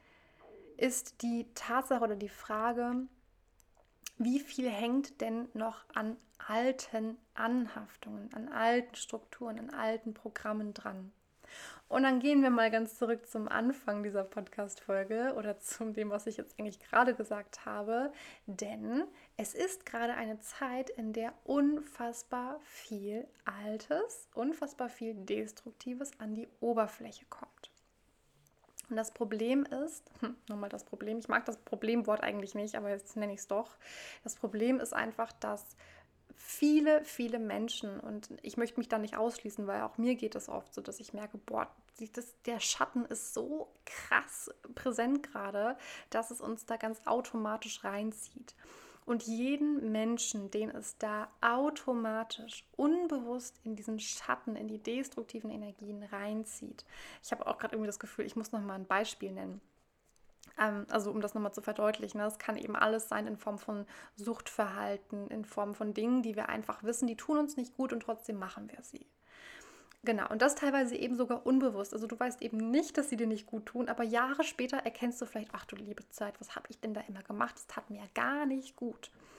Ist die Tatsache oder die Frage, wie viel hängt denn noch an alten Anhaftungen, an alten Strukturen, an alten Programmen dran? Und dann gehen wir mal ganz zurück zum Anfang dieser Podcast-Folge oder zu dem, was ich jetzt eigentlich gerade gesagt habe. Denn es ist gerade eine Zeit, in der unfassbar viel Altes, unfassbar viel Destruktives an die Oberfläche kommt. Und das Problem ist, hm, nochmal das Problem, ich mag das Problemwort eigentlich nicht, aber jetzt nenne ich es doch. Das Problem ist einfach, dass viele, viele Menschen, und ich möchte mich da nicht ausschließen, weil auch mir geht es oft so, dass ich merke, boah, das, der Schatten ist so krass präsent gerade, dass es uns da ganz automatisch reinzieht. Und jeden Menschen, den es da automatisch, unbewusst in diesen Schatten, in die destruktiven Energien reinzieht. Ich habe auch gerade irgendwie das Gefühl, ich muss noch mal ein Beispiel nennen. Ähm, also um das nochmal zu verdeutlichen, es kann eben alles sein in Form von Suchtverhalten, in Form von Dingen, die wir einfach wissen, die tun uns nicht gut und trotzdem machen wir sie. Genau, und das teilweise eben sogar unbewusst. Also du weißt eben nicht, dass sie dir nicht gut tun, aber Jahre später erkennst du vielleicht, ach du liebe Zeit, was habe ich denn da immer gemacht? Das tat mir ja gar nicht gut.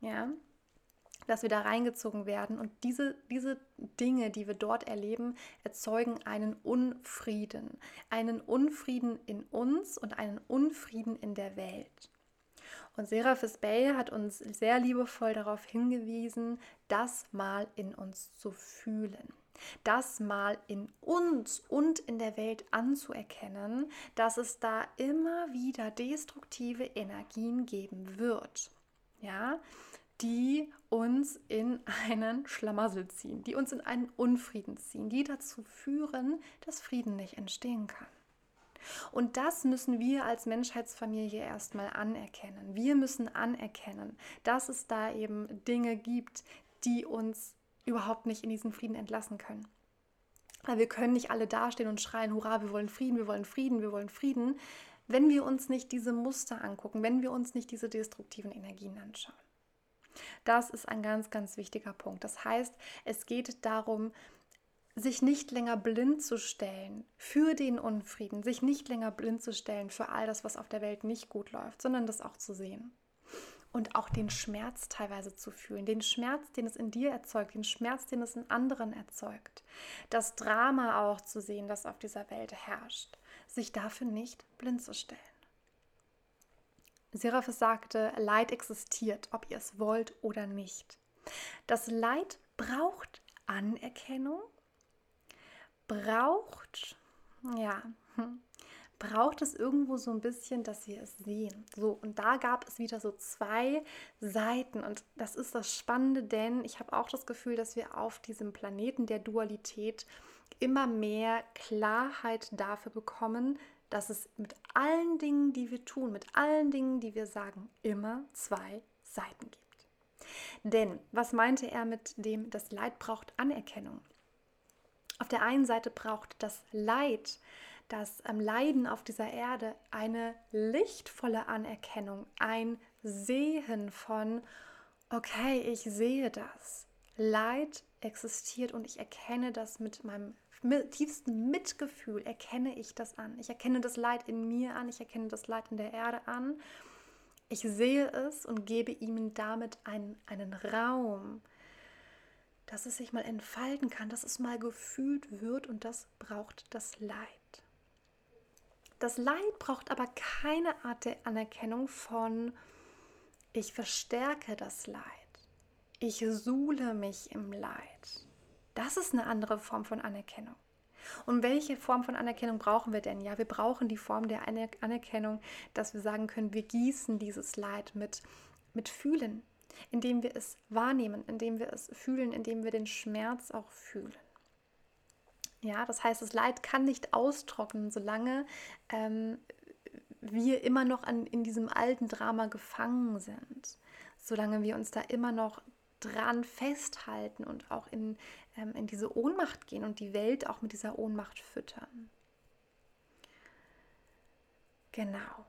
ja, dass wir da reingezogen werden und diese, diese Dinge, die wir dort erleben, erzeugen einen Unfrieden, einen Unfrieden in uns und einen Unfrieden in der Welt. Und Serapis Bey hat uns sehr liebevoll darauf hingewiesen, das mal in uns zu fühlen, das mal in uns und in der Welt anzuerkennen, dass es da immer wieder destruktive Energien geben wird, ja, die uns in einen Schlamassel ziehen, die uns in einen Unfrieden ziehen, die dazu führen, dass Frieden nicht entstehen kann. Und das müssen wir als Menschheitsfamilie erstmal anerkennen. Wir müssen anerkennen, dass es da eben Dinge gibt, die uns überhaupt nicht in diesen Frieden entlassen können. Weil wir können nicht alle dastehen und schreien, hurra, wir wollen Frieden, wir wollen Frieden, wir wollen Frieden, wenn wir uns nicht diese Muster angucken, wenn wir uns nicht diese destruktiven Energien anschauen. Das ist ein ganz, ganz wichtiger Punkt. Das heißt, es geht darum, sich nicht länger blind zu stellen für den Unfrieden, sich nicht länger blind zu stellen für all das, was auf der Welt nicht gut läuft, sondern das auch zu sehen. Und auch den Schmerz teilweise zu fühlen, den Schmerz, den es in dir erzeugt, den Schmerz, den es in anderen erzeugt. Das Drama auch zu sehen, das auf dieser Welt herrscht. Sich dafür nicht blind zu stellen. Serapis sagte, Leid existiert, ob ihr es wollt oder nicht. Das Leid braucht Anerkennung, braucht, ja, braucht es irgendwo so ein bisschen, dass wir es sehen. So, und da gab es wieder so zwei Seiten. Und das ist das Spannende, denn ich habe auch das Gefühl, dass wir auf diesem Planeten der Dualität immer mehr Klarheit dafür bekommen, dass es mit allen Dingen, die wir tun, mit allen Dingen, die wir sagen, immer zwei Seiten gibt. Denn was meinte er mit dem, das Leid braucht Anerkennung? Auf der einen Seite braucht das Leid, das ähm, Leiden auf dieser Erde eine lichtvolle Anerkennung, ein Sehen von, okay, ich sehe das. Leid existiert und ich erkenne das mit meinem tiefsten Mitgefühl, erkenne ich das an. Ich erkenne das Leid in mir an, ich erkenne das Leid in der Erde an. Ich sehe es und gebe ihm damit einen, einen Raum, dass es sich mal entfalten kann, dass es mal gefühlt wird und das braucht das Leid. Das Leid braucht aber keine Art der Anerkennung von, ich verstärke das Leid, ich suhle mich im Leid. Das ist eine andere Form von Anerkennung. Und welche Form von Anerkennung brauchen wir denn? Ja, wir brauchen die Form der Anerkennung, dass wir sagen können, wir gießen dieses Leid mit, mit Fühlen, indem wir es wahrnehmen, indem wir es fühlen, indem wir den Schmerz auch fühlen. Ja, das heißt, das Leid kann nicht austrocknen, solange ähm, wir immer noch an, in diesem alten Drama gefangen sind, solange wir uns da immer noch dran festhalten und auch in, ähm, in diese Ohnmacht gehen und die Welt auch mit dieser Ohnmacht füttern. Genau.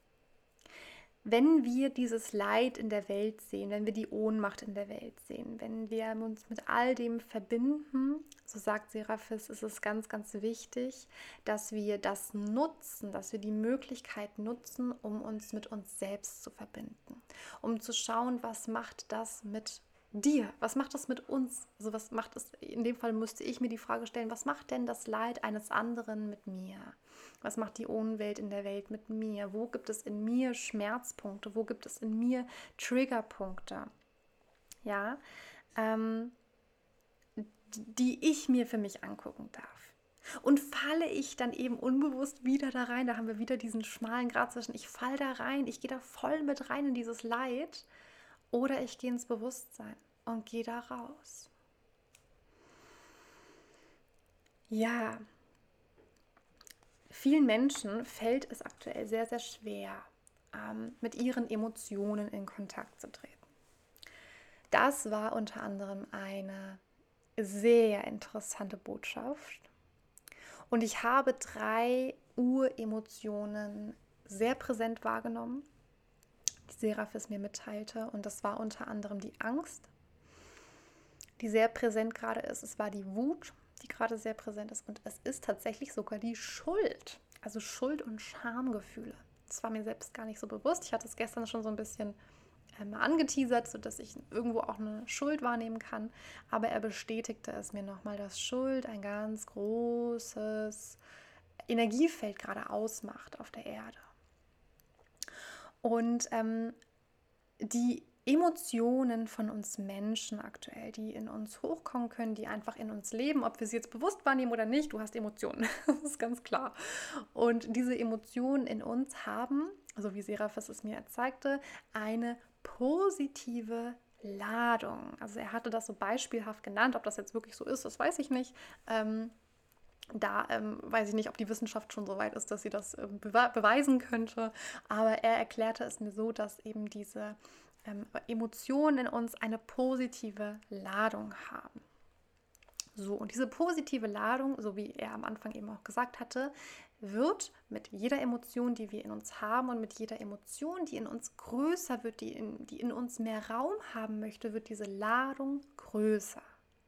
Wenn wir dieses Leid in der Welt sehen, wenn wir die Ohnmacht in der Welt sehen, wenn wir uns mit all dem verbinden, so sagt Serapis, ist es ganz, ganz wichtig, dass wir das nutzen, dass wir die Möglichkeit nutzen, um uns mit uns selbst zu verbinden, um zu schauen, was macht das mit dir, was macht das mit uns? Also was macht es, in dem Fall müsste ich mir die Frage stellen, was macht denn das Leid eines anderen mit mir? Was macht die Unwelt in der Welt mit mir? Wo gibt es in mir Schmerzpunkte? Wo gibt es in mir Triggerpunkte? Ja, ähm, die ich mir für mich angucken darf. Und falle ich dann eben unbewusst wieder da rein, da haben wir wieder diesen schmalen Grat zwischen, ich falle da rein, ich gehe da voll mit rein in dieses Leid, oder ich gehe ins Bewusstsein und gehe da raus. Ja, vielen Menschen fällt es aktuell sehr, sehr schwer, ähm, mit ihren Emotionen in Kontakt zu treten. Das war unter anderem eine sehr interessante Botschaft. Und ich habe drei Uremotionen sehr präsent wahrgenommen, die Serapis mir mitteilte. Und das war unter anderem die Angst, die sehr präsent gerade ist. Es war die Wut, die gerade sehr präsent ist. Und es ist tatsächlich sogar die Schuld. Also Schuld- und Schamgefühle. Das war mir selbst gar nicht so bewusst. Ich hatte es gestern schon so ein bisschen ähm, angeteasert, sodass ich irgendwo auch eine Schuld wahrnehmen kann. Aber er bestätigte es mir nochmal, dass Schuld ein ganz großes Energiefeld gerade ausmacht auf der Erde. Und ähm, die Emotionen von uns Menschen aktuell, die in uns hochkommen können, die einfach in uns leben, ob wir sie jetzt bewusst wahrnehmen oder nicht, du hast Emotionen, das ist ganz klar. Und diese Emotionen in uns haben, so wie Seraphis es mir zeigte, eine positive Ladung. Also er hatte das so beispielhaft genannt, ob das jetzt wirklich so ist, das weiß ich nicht. Ähm, Da ähm, weiß ich nicht, ob die Wissenschaft schon so weit ist, dass sie das ähm, bewe- beweisen könnte. Aber er erklärte es mir so, dass eben diese ähm, Emotionen in uns eine positive Ladung haben. So, und diese positive Ladung, so wie er am Anfang eben auch gesagt hatte, wird mit jeder Emotion, die wir in uns haben und mit jeder Emotion, die in uns größer wird, die in, die in uns mehr Raum haben möchte, wird diese Ladung größer.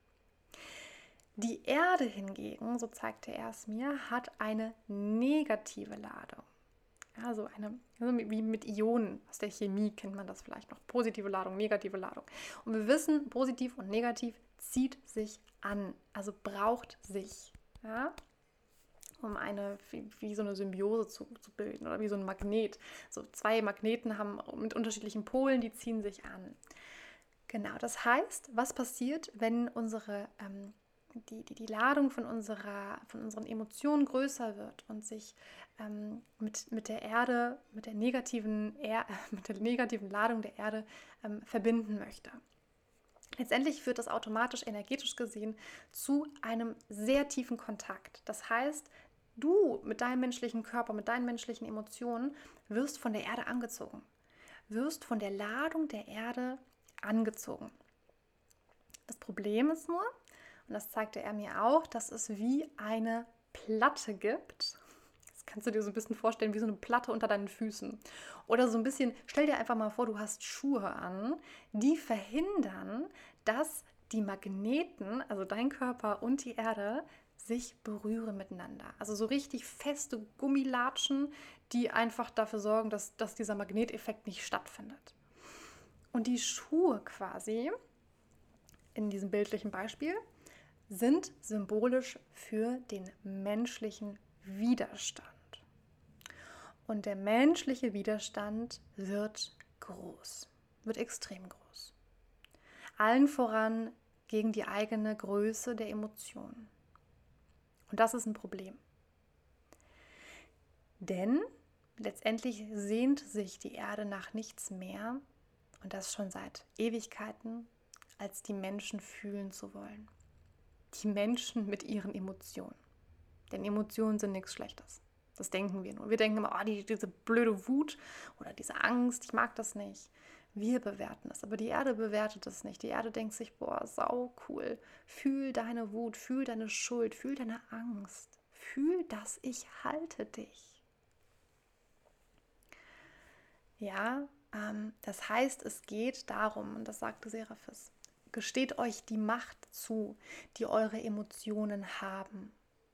Die Erde hingegen, so zeigte er es mir, hat eine negative Ladung. Also eine, also wie mit Ionen aus der Chemie kennt man das vielleicht noch. Positive Ladung, negative Ladung. Und wir wissen, positiv und negativ zieht sich an, also braucht sich, ja, um eine, wie, wie so eine Symbiose zu, zu bilden oder wie so ein Magnet. So zwei Magneten haben mit unterschiedlichen Polen, die ziehen sich an. Genau, das heißt, was passiert, wenn unsere ähm, Die, die, die Ladung von, unserer, von unseren Emotionen größer wird und sich ähm, mit, mit der Erde, mit der negativen, er mit der negativen Ladung der Erde ähm, verbinden möchte. Letztendlich führt das automatisch energetisch gesehen zu einem sehr tiefen Kontakt. Das heißt, du mit deinem menschlichen Körper, mit deinen menschlichen Emotionen wirst von der Erde angezogen, wirst von der Ladung der Erde angezogen. Das Problem ist nur, und das zeigte er mir auch, dass es wie eine Platte gibt. Das kannst du dir so ein bisschen vorstellen, wie so eine Platte unter deinen Füßen. Oder so ein bisschen, stell dir einfach mal vor, du hast Schuhe an, die verhindern, dass die Magneten, also dein Körper und die Erde, sich berühren miteinander. Also so richtig feste Gummilatschen, die einfach dafür sorgen, dass, dass dieser Magneteffekt nicht stattfindet. Und die Schuhe quasi, in diesem bildlichen Beispiel, sind symbolisch für den menschlichen Widerstand. Und der menschliche Widerstand wird groß, wird extrem groß. Allen voran gegen die eigene Größe der Emotionen. Und das ist ein Problem. Denn letztendlich sehnt sich die Erde nach nichts mehr, und das schon seit Ewigkeiten, als die Menschen fühlen zu wollen. Die Menschen mit ihren Emotionen. Denn Emotionen sind nichts Schlechtes. Das denken wir nur. Wir denken immer, oh, die, diese blöde Wut oder diese Angst, ich mag das nicht. Wir bewerten es, aber die Erde bewertet es nicht. Die Erde denkt sich, boah, sau cool. Fühl deine Wut, fühl deine Schuld, fühl deine Angst. Fühl, dass ich halte dich. Ja, ähm, das heißt, es geht darum, und das sagte Seraphis, gesteht euch die Macht zu, die eure Emotionen haben.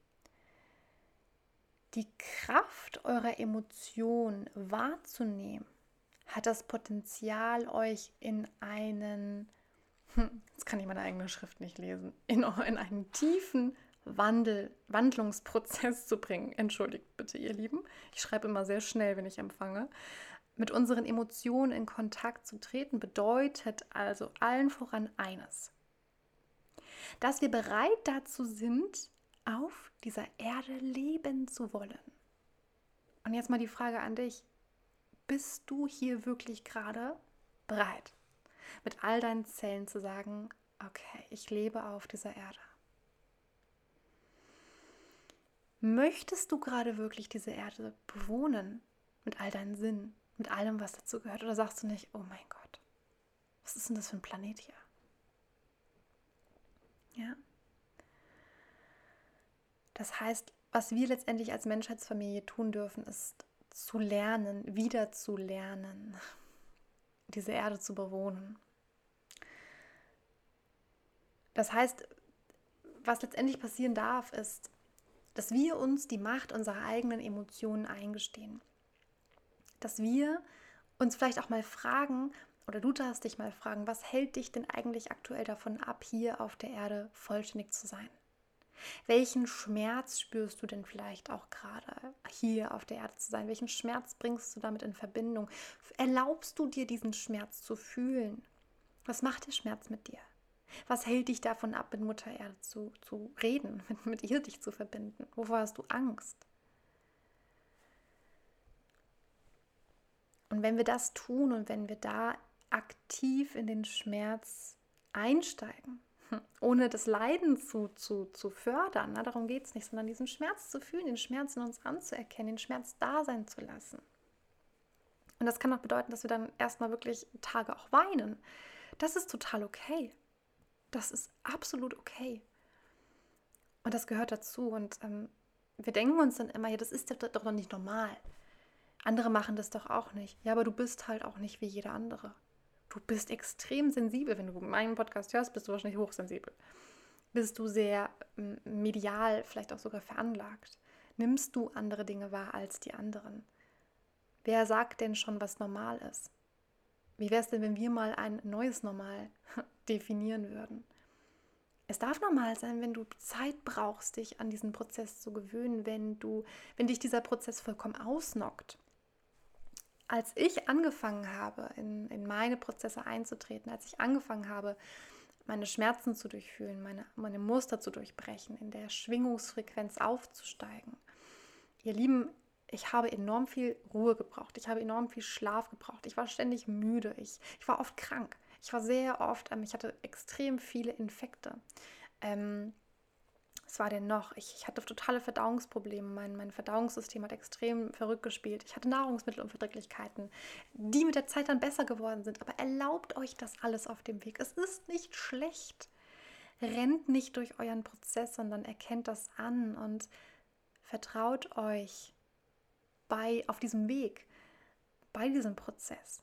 Die Kraft eurer Emotionen wahrzunehmen, hat das Potenzial, euch in einen, hm, jetzt kann ich meine eigene Schrift nicht lesen, in, in einen tiefen Wandel, Wandlungsprozess zu bringen. Entschuldigt bitte, ihr Lieben. Ich schreibe immer sehr schnell, wenn ich empfange. Mit unseren Emotionen in Kontakt zu treten, bedeutet also allen voran eines: dass wir bereit dazu sind, auf dieser Erde leben zu wollen. Und jetzt mal die Frage an dich: Bist du hier wirklich gerade bereit, mit all deinen Zellen zu sagen, okay, ich lebe auf dieser Erde? Möchtest du gerade wirklich diese Erde bewohnen, mit all deinen Sinnen, mit allem, was dazu gehört? Oder sagst du nicht, oh mein Gott, was ist denn das für ein Planet hier? Ja. Das heißt, was wir letztendlich als Menschheitsfamilie tun dürfen, ist zu lernen, wieder zu lernen, diese Erde zu bewohnen. Das heißt, was letztendlich passieren darf, ist, dass wir uns die Macht unserer eigenen Emotionen eingestehen. Dass wir uns vielleicht auch mal fragen, oder du darfst dich mal fragen, was hält dich denn eigentlich aktuell davon ab, hier auf der Erde vollständig zu sein? Welchen Schmerz spürst du denn vielleicht auch gerade, hier auf der Erde zu sein? Welchen Schmerz bringst du damit in Verbindung? Erlaubst du dir, diesen Schmerz zu fühlen? Was macht der Schmerz mit dir? Was hält dich davon ab, mit Mutter Erde zu, zu reden, mit, mit ihr dich zu verbinden? Wovor hast du Angst? Und wenn wir das tun und wenn wir da aktiv in den Schmerz einsteigen, ohne das Leiden zu, zu, zu fördern, na, darum geht es nicht, sondern diesen Schmerz zu fühlen, den Schmerz in uns anzuerkennen, den Schmerz da sein zu lassen. Und das kann auch bedeuten, dass wir dann erstmal wirklich Tage auch weinen. Das ist total okay. Das ist absolut okay. Und das gehört dazu. Und ähm, wir denken uns dann immer, ja, das ist doch noch nicht normal. Andere machen das doch auch nicht. Ja, aber du bist halt auch nicht wie jeder andere. Du bist extrem sensibel. Wenn du meinen Podcast hörst, bist du wahrscheinlich hochsensibel. Bist du sehr ähm, medial, vielleicht auch sogar veranlagt? Nimmst du andere Dinge wahr als die anderen? Wer sagt denn schon, was normal ist? Wie wäre es denn, wenn wir mal ein neues Normal definieren würden? Es darf normal sein, wenn du Zeit brauchst, dich an diesen Prozess zu gewöhnen, wenn du, wenn dich dieser Prozess vollkommen ausnockt. Als ich angefangen habe, in, in meine Prozesse einzutreten, als ich angefangen habe, meine Schmerzen zu durchfühlen, meine, meine Muster zu durchbrechen, in der Schwingungsfrequenz aufzusteigen. Ihr Lieben, ich habe enorm viel Ruhe gebraucht, ich habe enorm viel Schlaf gebraucht, ich war ständig müde, ich, ich war oft krank, ich war sehr oft, ähm, ich hatte extrem viele Infekte. Ähm, Was war denn noch? Ich, ich hatte totale Verdauungsprobleme. Mein, mein Verdauungssystem hat extrem verrückt gespielt. Ich hatte Nahrungsmittelunverträglichkeiten, die mit der Zeit dann besser geworden sind. Aber erlaubt euch das alles auf dem Weg. Es ist nicht schlecht. Rennt nicht durch euren Prozess, sondern erkennt das an und vertraut euch bei, auf diesem Weg, bei diesem Prozess.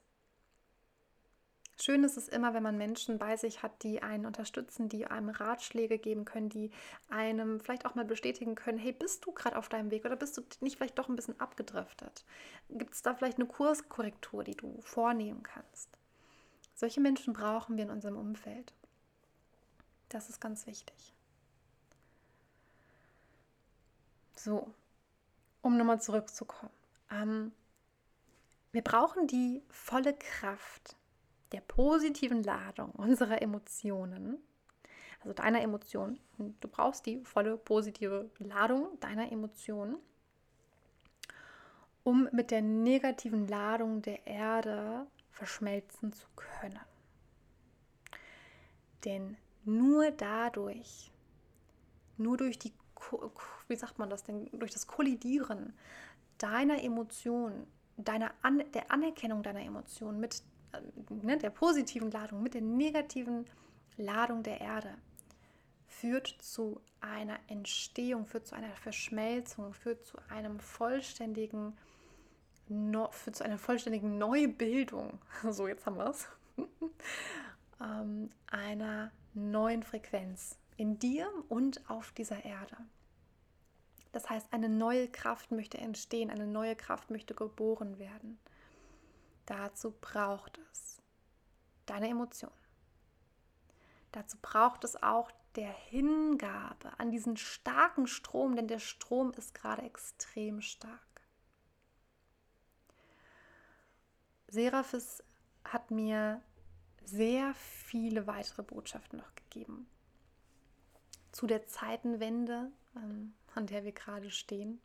Schön ist es immer, wenn man Menschen bei sich hat, die einen unterstützen, die einem Ratschläge geben können, die einem vielleicht auch mal bestätigen können, hey, bist du gerade auf deinem Weg oder bist du nicht vielleicht doch ein bisschen abgedriftet? Gibt es da vielleicht eine Kurskorrektur, die du vornehmen kannst? Solche Menschen brauchen wir in unserem Umfeld. Das ist ganz wichtig. So, um nochmal zurückzukommen. Ähm, wir brauchen die volle Kraft der positiven Ladung unserer Emotionen, also deiner Emotionen. Du brauchst die volle positive Ladung deiner Emotionen, um mit der negativen Ladung der Erde verschmelzen zu können. Denn nur dadurch, nur durch die, wie sagt man das denn, durch das Kollidieren deiner Emotionen, deiner An- der Anerkennung deiner Emotionen mit Ne, der positiven Ladung, mit der negativen Ladung der Erde, führt zu einer Entstehung, führt zu einer Verschmelzung, führt zu einem vollständigen, führt zu einer vollständigen Neubildung, so jetzt haben wir es, ähm, einer neuen Frequenz in dir und auf dieser Erde. Das heißt, eine neue Kraft möchte entstehen, eine neue Kraft möchte geboren werden. Dazu braucht es deine Emotionen. Dazu braucht es auch der Hingabe an diesen starken Strom, denn der Strom ist gerade extrem stark. Seraphis hat mir sehr viele weitere Botschaften noch gegeben zu der Zeitenwende, an der wir gerade stehen.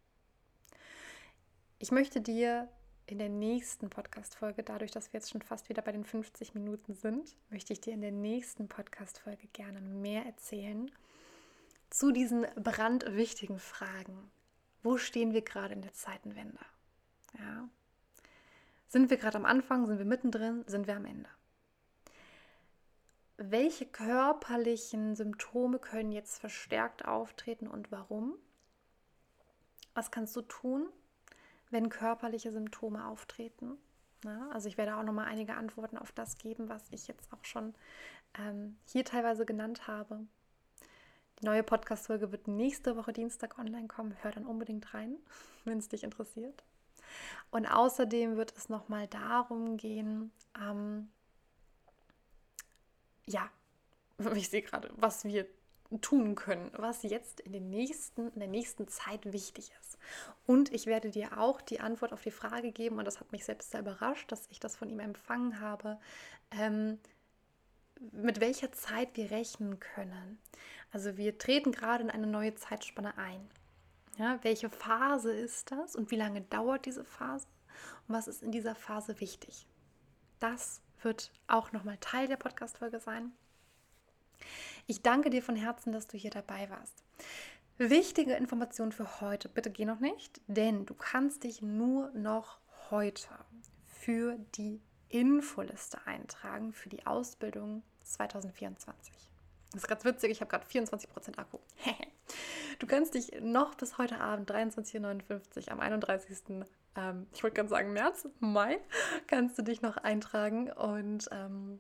Ich möchte dir in der nächsten Podcast-Folge, dadurch, dass wir jetzt schon fast wieder bei den fünfzig Minuten sind, möchte ich dir in der nächsten Podcast-Folge gerne mehr erzählen zu diesen brandwichtigen Fragen. Wo stehen wir gerade in der Zeitenwende? Ja. Sind wir gerade am Anfang? Sind wir mittendrin? Sind wir am Ende? Welche körperlichen Symptome können jetzt verstärkt auftreten und warum? Was kannst du tun, wenn körperliche Symptome auftreten? Ja, also ich werde auch nochmal einige Antworten auf das geben, was ich jetzt auch schon ähm, hier teilweise genannt habe. Die neue Podcast-Folge wird nächste Woche Dienstag online kommen. Hör dann unbedingt rein, wenn es dich interessiert. Und außerdem wird es nochmal darum gehen, ähm, ja, ich sehe gerade, was wir tun können, was jetzt in, den nächsten, in der nächsten Zeit wichtig ist. Und ich werde dir auch die Antwort auf die Frage geben, und das hat mich selbst sehr überrascht, dass ich das von ihm empfangen habe, ähm, mit welcher Zeit wir rechnen können. Also wir treten gerade in eine neue Zeitspanne ein. Ja, welche Phase ist das und wie lange dauert diese Phase und was ist in dieser Phase wichtig? Das wird auch nochmal Teil der Podcast-Folge sein. Ich danke dir von Herzen, dass du hier dabei warst. Wichtige Information für heute, bitte geh noch nicht, denn du kannst dich nur noch heute für die Infoliste eintragen, für die Ausbildung zwanzig vierundzwanzig. Das ist ganz witzig, ich habe gerade vierundzwanzig Prozent Akku. Du kannst dich noch bis heute Abend dreiundzwanzig Uhr neunundfünfzig am einunddreißigsten Ähm, ich wollte gerade sagen März, Mai, kannst du dich noch eintragen und ähm,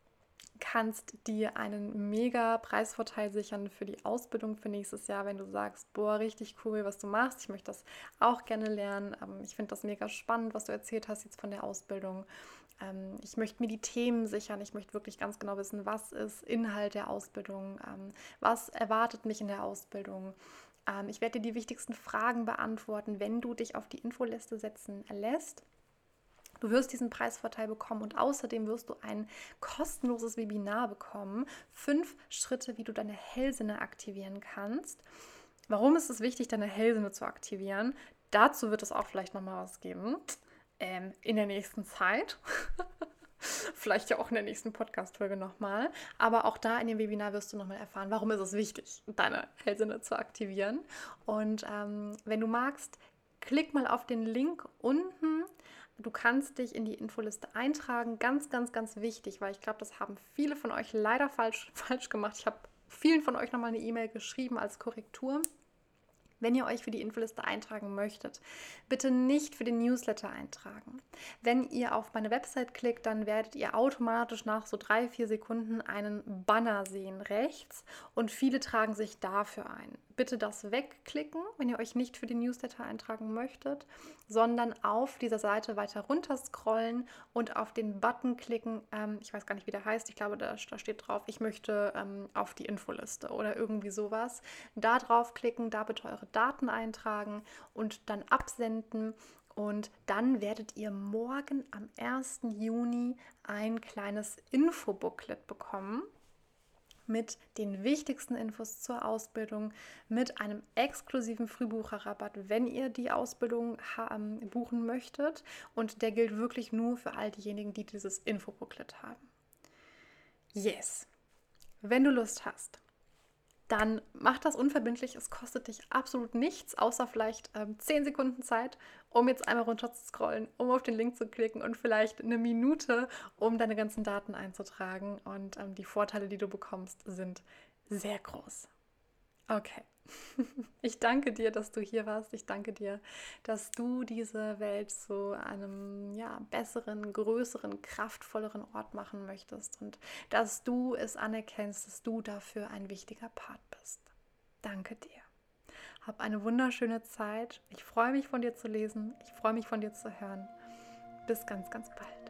kannst dir einen mega Preisvorteil sichern für die Ausbildung für nächstes Jahr, wenn du sagst, boah, richtig cool, was du machst. Ich möchte das auch gerne lernen. Ähm, ich finde das mega spannend, was du erzählt hast jetzt von der Ausbildung. Ähm, ich möchte mir die Themen sichern. Ich möchte wirklich ganz genau wissen, was ist Inhalt der Ausbildung, ähm, was erwartet mich in der Ausbildung. Ähm, ich werde dir die wichtigsten Fragen beantworten, wenn du dich auf die Infoliste setzen lässt. Du wirst diesen Preisvorteil bekommen und außerdem wirst du ein kostenloses Webinar bekommen. Fünf Schritte, wie du deine Hellsinne aktivieren kannst. Warum ist es wichtig, deine Hellsinne zu aktivieren? Dazu wird es auch vielleicht nochmal was geben ähm, in der nächsten Zeit. Vielleicht ja auch in der nächsten Podcast-Folge nochmal. Aber auch da in dem Webinar wirst du nochmal erfahren, warum ist es wichtig, deine Hellsinne zu aktivieren. Und ähm, wenn du magst, klick mal auf den Link unten. Du kannst dich in die Infoliste eintragen. Ganz, ganz, ganz wichtig, weil ich glaube, das haben viele von euch leider falsch, falsch gemacht. Ich habe vielen von euch nochmal eine E-Mail geschrieben als Korrektur. Wenn ihr euch für die Infoliste eintragen möchtet, bitte nicht für den Newsletter eintragen. Wenn ihr auf meine Website klickt, dann werdet ihr automatisch nach so drei, vier Sekunden einen Banner sehen rechts und viele tragen sich dafür ein. Bitte das wegklicken, wenn ihr euch nicht für den Newsletter eintragen möchtet, sondern auf dieser Seite weiter runter scrollen und auf den Button klicken. Ähm, ich weiß gar nicht, wie der heißt. Ich glaube, da, da steht drauf, ich möchte ähm, auf die Infoliste oder irgendwie sowas. Da draufklicken, da bitte eure Daten eintragen und dann absenden. Und dann werdet ihr morgen am ersten Juni ein kleines Infobooklet bekommen mit den wichtigsten Infos zur Ausbildung, mit einem exklusiven Frühbucherrabatt, wenn ihr die Ausbildung ähm, buchen möchtet. Und der gilt wirklich nur für all diejenigen, die dieses Infobooklet haben. Yes! Wenn du Lust hast, dann mach das unverbindlich. Es kostet dich absolut nichts, außer vielleicht ähm, zehn Sekunden Zeit, um jetzt einmal runter zu scrollen, um auf den Link zu klicken und vielleicht eine Minute, um deine ganzen Daten einzutragen. Und ähm, die Vorteile, die du bekommst, sind sehr groß. Okay. Ich danke dir, dass du hier warst. Ich danke dir, dass du diese Welt zu einem ja, besseren, größeren, kraftvolleren Ort machen möchtest und dass du es anerkennst, dass du dafür ein wichtiger Part bist. Danke dir. Hab eine wunderschöne Zeit. Ich freue mich, von dir zu lesen. Ich freue mich, von dir zu hören. Bis ganz, ganz bald.